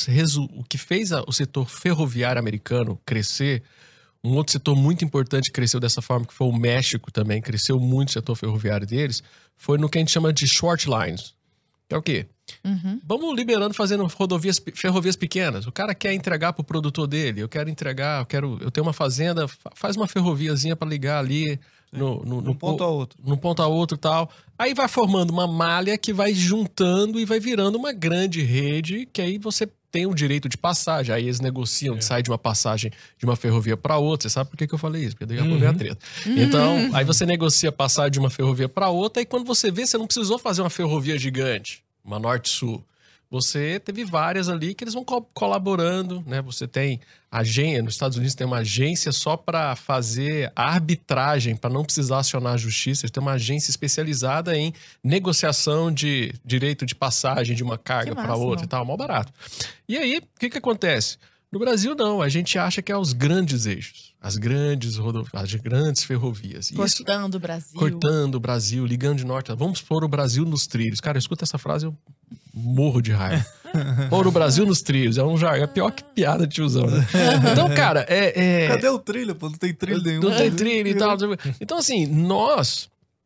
fez o setor ferroviário americano crescer, um outro setor muito importante que cresceu dessa forma, que foi o México também, cresceu muito o setor ferroviário deles, foi no que a gente chama de short lines. Que é o quê? Vamos liberando, fazendo ferrovias pequenas. O cara quer entregar para o produtor dele, eu tenho uma fazenda, faz uma ferroviazinha para ligar ali no ponto a outro. Num ponto a outro e tal. Aí vai formando uma malha que vai juntando e vai virando uma grande rede, que aí você tem o direito de passagem. Aí eles negociam, sai de uma passagem de uma ferrovia para outra. Você sabe por que eu falei isso? Porque daqui a pouco vem a treta. Então, aí você negocia passagem de uma ferrovia para outra e quando você vê, você não precisou fazer uma ferrovia gigante, uma norte-sul. Você teve várias ali que eles vão colaborando, né? Você tem nos Estados Unidos tem uma agência só para fazer a arbitragem, para não precisar acionar a justiça. Eles têm uma agência especializada em negociação de direito de passagem de uma carga para outra e tal, mó barato. E aí, o que acontece? No Brasil, não. A gente acha que é os grandes eixos, as grandes ferrovias. Cortando o Brasil. Cortando o Brasil, ligando de norte. Vamos pôr o Brasil nos trilhos. Cara, eu escuto essa frase, eu morro de raiva. Pôr o Brasil nos trilhos. É um jargão. É pior que piada de tiozão, né? Então, cara, Cadê o trilho, pô? Não tem trilho nenhum. Não tem trilho e tal. Então, assim, nós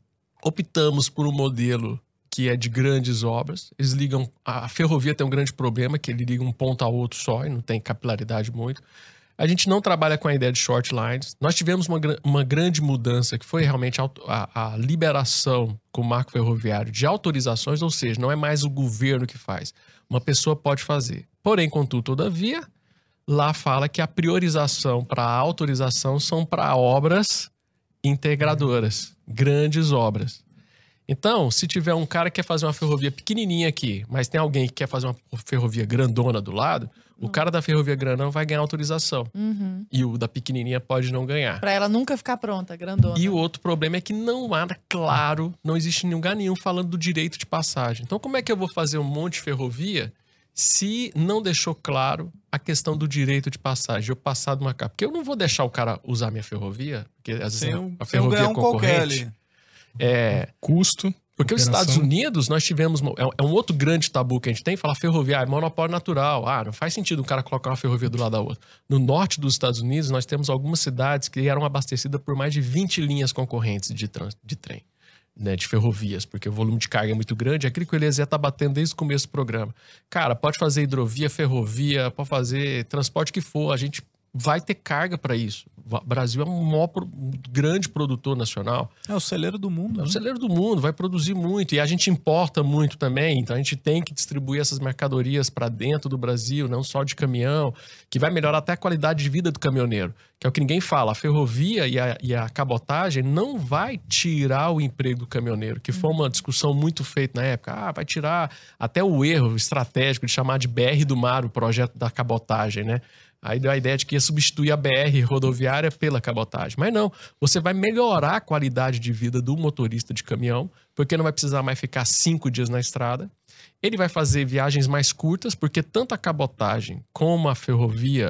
optamos por um modelo que é de grandes obras. Eles ligam... A ferrovia tem um grande problema, que ele liga um ponto a outro só e não tem capilaridade muito. A gente não trabalha com a ideia de short lines. Nós tivemos uma grande mudança, que foi realmente a liberação com o marco ferroviário de autorizações, ou seja, não é mais o governo que faz. Uma pessoa pode fazer. Porém, contudo, todavia, lá fala que a priorização para a autorização são para obras integradoras, grandes obras. Então, se tiver um cara que quer fazer uma ferrovia pequenininha aqui, mas tem alguém que quer fazer uma ferrovia grandona do lado, o cara da ferrovia grandona vai ganhar autorização. E o da pequenininha pode não ganhar. Para ela nunca ficar pronta, grandona. E o outro problema é que não há, claro, não existe em lugar nenhum falando do direito de passagem. Então, como é que eu vou fazer um monte de ferrovia se não deixou claro a questão do direito de passagem? Eu passar de uma carga. Porque eu não vou deixar o cara usar minha ferrovia, porque às vezes a ferrovia é concorrente. Custo. Porque os Estados Unidos, nós tivemos... É um outro grande tabu que a gente tem, falar ferroviário, monopólio natural. Não faz sentido um cara colocar uma ferrovia do lado da outra. No norte dos Estados Unidos, nós temos algumas cidades que eram abastecidas por mais de 20 linhas concorrentes de trem, né, de ferrovias, porque o volume de carga é muito grande. É aquilo que o Eliezer está batendo desde o começo do programa. Cara, pode fazer hidrovia, ferrovia, pode fazer transporte que for, a gente vai ter carga para isso. O Brasil é um grande produtor nacional. É o celeiro do mundo. É o celeiro do mundo, vai produzir muito. E a gente importa muito também, então a gente tem que distribuir essas mercadorias para dentro do Brasil, não só de caminhão, que vai melhorar até a qualidade de vida do caminhoneiro. Que é o que ninguém fala. A ferrovia e a cabotagem não vai tirar o emprego do caminhoneiro, que foi uma discussão muito feita na época. Vai tirar até o erro estratégico de chamar de BR do Mar o projeto da cabotagem, né? Aí deu a ideia de que ia substituir a BR rodoviária pela cabotagem. Mas não, você vai melhorar a qualidade de vida do motorista de caminhão, porque não vai precisar mais ficar 5 dias na estrada. Ele vai fazer viagens mais curtas, porque tanto a cabotagem como a ferrovia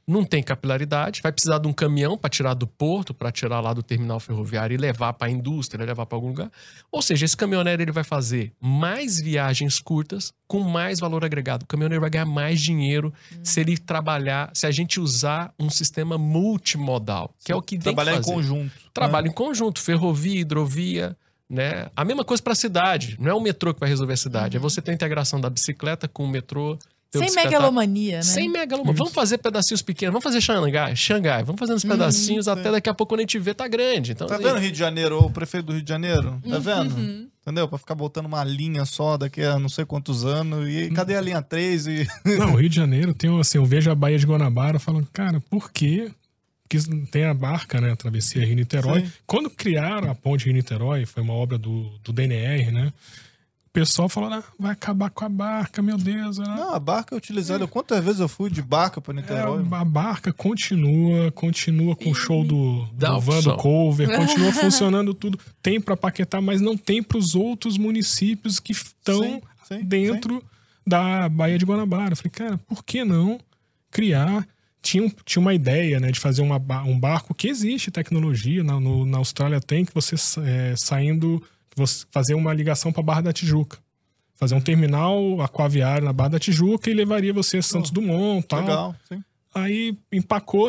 não tem capilaridade, vai precisar de um caminhão para tirar do porto, para tirar lá do terminal ferroviário e levar para a indústria, levar para algum lugar. Ou seja, esse caminhoneiro ele vai fazer mais viagens curtas com mais valor agregado. O caminhoneiro vai ganhar mais dinheiro se ele trabalhar, se a gente usar um sistema multimodal, que é o que tem que fazer. Trabalhar em conjunto. Trabalho em conjunto, ferrovia, hidrovia, né? A mesma coisa para a cidade. Não é o metrô que vai resolver a cidade, é você ter a integração da bicicleta com o metrô. Sem megalomania, né? Sem megalomania. Vamos fazer pedacinhos pequenos. Vamos fazer Xangai. Vamos fazer uns pedacinhos até daqui a pouco quando a gente vê tá grande. Então, tá vendo Rio de Janeiro, o prefeito do Rio de Janeiro? Tá vendo? Entendeu? Pra ficar botando uma linha só daqui a não sei quantos anos. E cadê a linha 3? Não, o Rio de Janeiro tem assim, eu vejo a Baía de Guanabara falando, cara, por quê? Porque tem a barca, né? A travessia Rio-Niterói. Quando criaram a ponte Rio-Niterói, foi uma obra do DNR, né? O pessoal falou, vai acabar com a barca, meu Deus. Né? Não, a barca é utilizada. Quantas vezes eu fui de barca para Niterói? A barca continua com o show do van do cover, continua funcionando tudo. Tem para Paquetá, mas não tem para os outros municípios que estão dentro da Baía de Guanabara. Eu falei, cara, por que não criar? Tinha uma ideia, né, de fazer um barco que existe tecnologia. Na Austrália tem, que você saindo... Você fazer uma ligação para a Barra da Tijuca. Fazer um terminal aquaviário na Barra da Tijuca e levaria você a Santos Dumont e tal. Legal, sim. Aí empacou,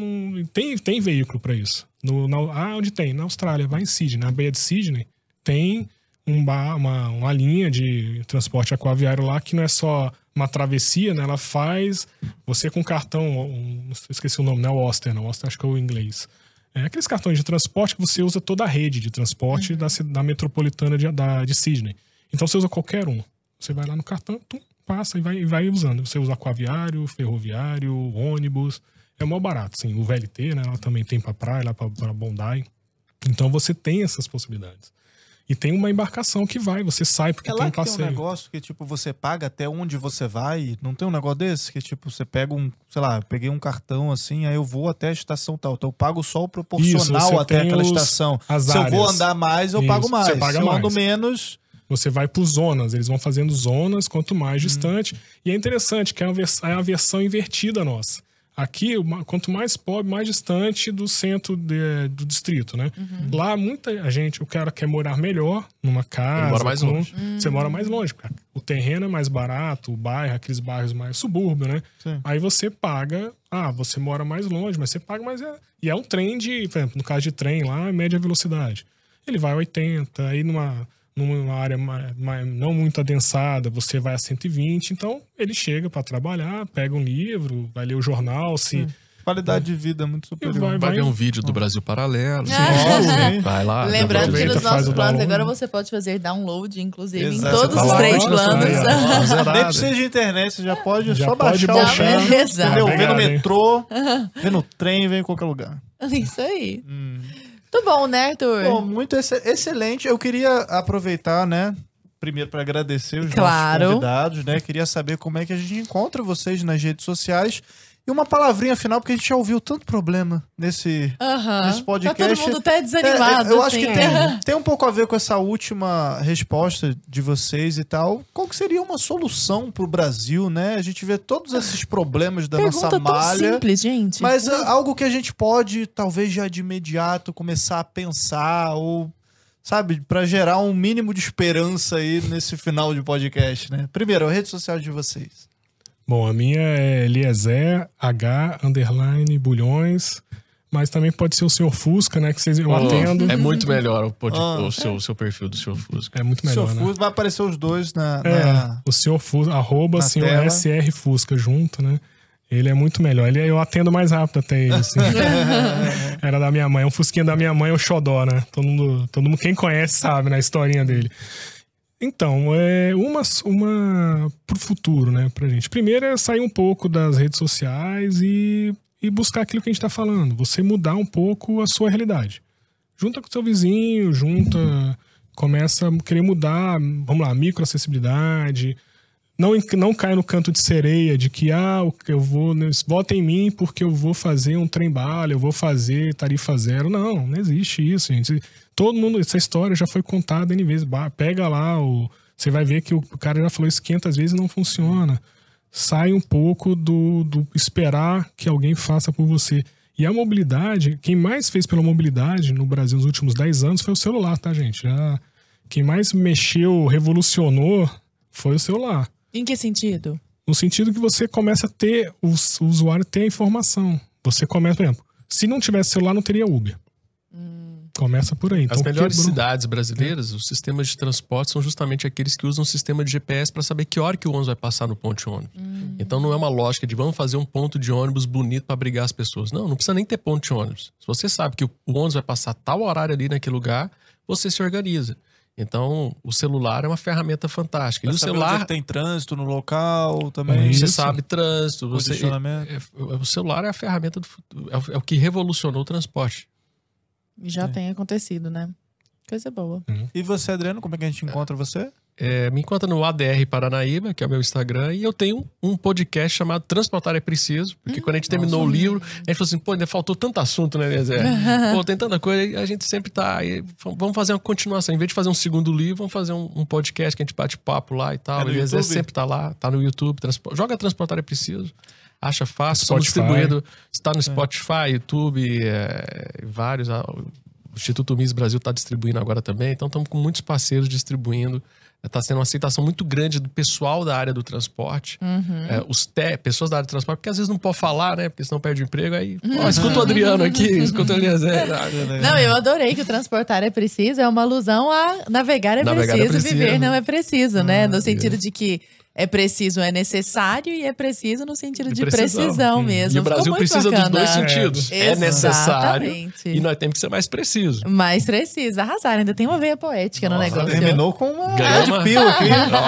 tem veículo para isso. Onde tem? Na Austrália, vai em Sydney. Na Baía de Sydney tem uma linha de transporte aquaviário lá que não é só uma travessia, né? Ela faz... Você com cartão... esqueci o nome, não é o Oyster, não. O Oyster acho que é o inglês. É aqueles cartões de transporte que você usa toda a rede de transporte da metropolitana de Sydney. Então você usa qualquer um. Você vai lá no cartão, passa e vai usando. Você usa aquaviário, ferroviário, ônibus. É mó barato, sim. O VLT, né? Ela também tem pra praia, lá pra Bondi. Então você tem essas possibilidades. E tem uma embarcação que você sai porque tem um passeio. Tem um negócio que, tipo, você paga até onde você vai. Não tem um negócio desse? Que, tipo, você pega eu peguei um cartão assim, aí eu vou até a estação tal. Então eu pago só o proporcional até aquela estação. Se eu vou andar mais, eu pago mais. Se eu ando menos... Você vai por zonas, eles vão fazendo zonas quanto mais distante. E é interessante que é a versão invertida nossa. Aqui, quanto mais pobre, mais distante do centro do distrito, né? Lá, muita gente, o cara quer morar melhor numa casa. Ele mora mais longe. Você mora mais longe, cara. O terreno é mais barato, o bairro, aqueles bairros mais subúrbio, né? Sim. Aí você paga... você mora mais longe, mas você paga mais... E é um trem por exemplo, no caso de trem lá, é média velocidade. Ele vai a 80, aí numa área não muito adensada, você vai a 120, então ele chega para trabalhar, pega um livro, vai ler o jornal, qualidade de vida é muito superior. Vai ver um vídeo do Brasil Paralelo. Vai lá. Lembrando que nos nossos planos agora você pode fazer download, inclusive, em todos os 3 planos. Nem precisa de internet, você já pode só baixar. Exato. Vê no metrô, vê no trem, vê em qualquer lugar. Isso aí. Muito bom, né, Arthur? Bom, muito excelente. Eu queria aproveitar, né, primeiro para agradecer os nossos convidados, né? Queria saber como é que a gente encontra vocês nas redes sociais. E uma palavrinha final, porque a gente já ouviu tanto problema nesse podcast. Tá todo mundo até desanimado. Eu acho que tem um pouco a ver com essa última resposta de vocês e tal. Qual que seria uma solução pro Brasil, né? A gente vê todos esses problemas da nossa malha. Tão simples, gente. Mas algo que a gente pode, talvez já de imediato, começar a pensar ou... Sabe, pra gerar um mínimo de esperança aí nesse final de podcast, né? Primeiro, a rede social de vocês. Bom, a minha é Eliezer H_Bulhões, mas também pode ser o Sr. Fusca, né? Que eu atendo. É muito melhor o seu perfil do Sr. Fusca. É muito melhor, Sr. Fusca, vai aparecer os dois o Sr. Fusca, @ Sr. SR Fusca junto, né? Ele é muito melhor. Eu atendo mais rápido até ele, assim. Era da minha mãe. Um Fusquinha da minha mãe é o xodó, né? Todo mundo, quem conhece sabe, né? A historinha dele. Então, uma pro futuro, né, pra gente. Primeiro é sair um pouco das redes sociais e buscar aquilo que a gente tá falando. Você mudar um pouco a sua realidade. Junta com o seu vizinho, começa a querer mudar, vamos lá, microacessibilidade. Não cai no canto de sereia de que, votem em mim porque eu vou fazer um trem-bala, eu vou fazer tarifa zero. Não existe isso, gente. Todo mundo, essa história já foi contada N vezes. Pega lá, você vai ver que o cara já falou isso 500 vezes e não funciona. sai um pouco do esperar que alguém faça por você. E a mobilidade, quem mais fez pela mobilidade no Brasil nos últimos 10 anos foi o celular, tá, gente? Quem mais mexeu, revolucionou foi o celular. Em que sentido? No sentido que você começa a ter, o usuário ter a informação. Você começa, por exemplo, se não tivesse celular, não teria Uber. Começa por aí. Então, as melhores cidades brasileiras, os sistemas de transporte são justamente aqueles que usam um sistema de GPS para saber que hora que o ônibus vai passar no ponto de ônibus. Então não é uma lógica de vamos fazer um ponto de ônibus bonito para abrigar as pessoas. Não precisa nem ter ponto de ônibus. Se você sabe que o ônibus vai passar tal horário ali naquele lugar, você se organiza. Então, o celular é uma ferramenta fantástica. E o celular tem trânsito no local também. Você sabe trânsito. O celular é a ferramenta do futuro. É o que revolucionou o transporte. Já tem acontecido, né? Coisa boa. E você, Adriano, como é que a gente encontra você? Me encontra no ADR Paranaíba, que é o meu Instagram, e eu tenho um podcast chamado Transportar é Preciso, porque quando a gente terminou o livro, a gente falou assim, pô, ainda faltou tanto assunto, né, Eliezer? Pô, tem tanta coisa, a gente sempre tá aí, vamos fazer uma continuação, em vez de fazer um segundo livro, vamos fazer um podcast que a gente bate papo lá e tal, o Eliezer sempre tá lá, tá no YouTube, joga Transportar é Preciso, acha fácil, estamos distribuídos, está no Spotify, YouTube, vários, o Instituto Miss Brasil está distribuindo agora também, então estamos com muitos parceiros distribuindo. Está sendo uma aceitação muito grande do pessoal da área do transporte. Pessoas da área do transporte, porque às vezes não pode falar, né? Porque senão perde o emprego. Aí, escuta o Adriano aqui, escuta o Eliezer. Não, eu adorei que o transportar é preciso. É uma alusão a navegar é preciso, viver não é preciso, né? No sentido de que é preciso, é necessário e é preciso no sentido de precisão mesmo. E o Brasil precisa dos dois sentidos. É necessário e nós temos que ser mais preciso. Mais preciso. Arrasaram, ainda tem uma veia poética no negócio. Terminou com uma de pio aqui.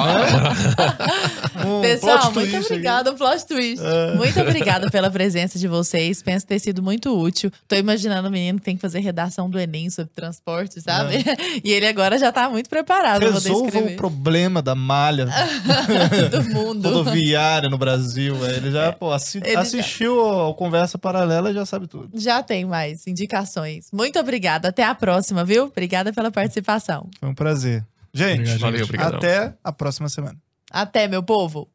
Pessoal, muito obrigada. Um plot twist. Muito obrigada pela presença de vocês. Penso ter sido muito útil. Tô imaginando o menino que tem que fazer redação do Enem sobre transporte, sabe? E ele agora já tá muito preparado para poder escrever. Resolva o problema da malha do mundo rodoviária no Brasil. Ele já assistiu ao Conversa Paralela e já sabe tudo. Já tem mais indicações. Muito obrigada. Até a próxima, viu? Obrigada pela participação. Foi um prazer. Gente, valeu, até a próxima semana. Até, meu povo.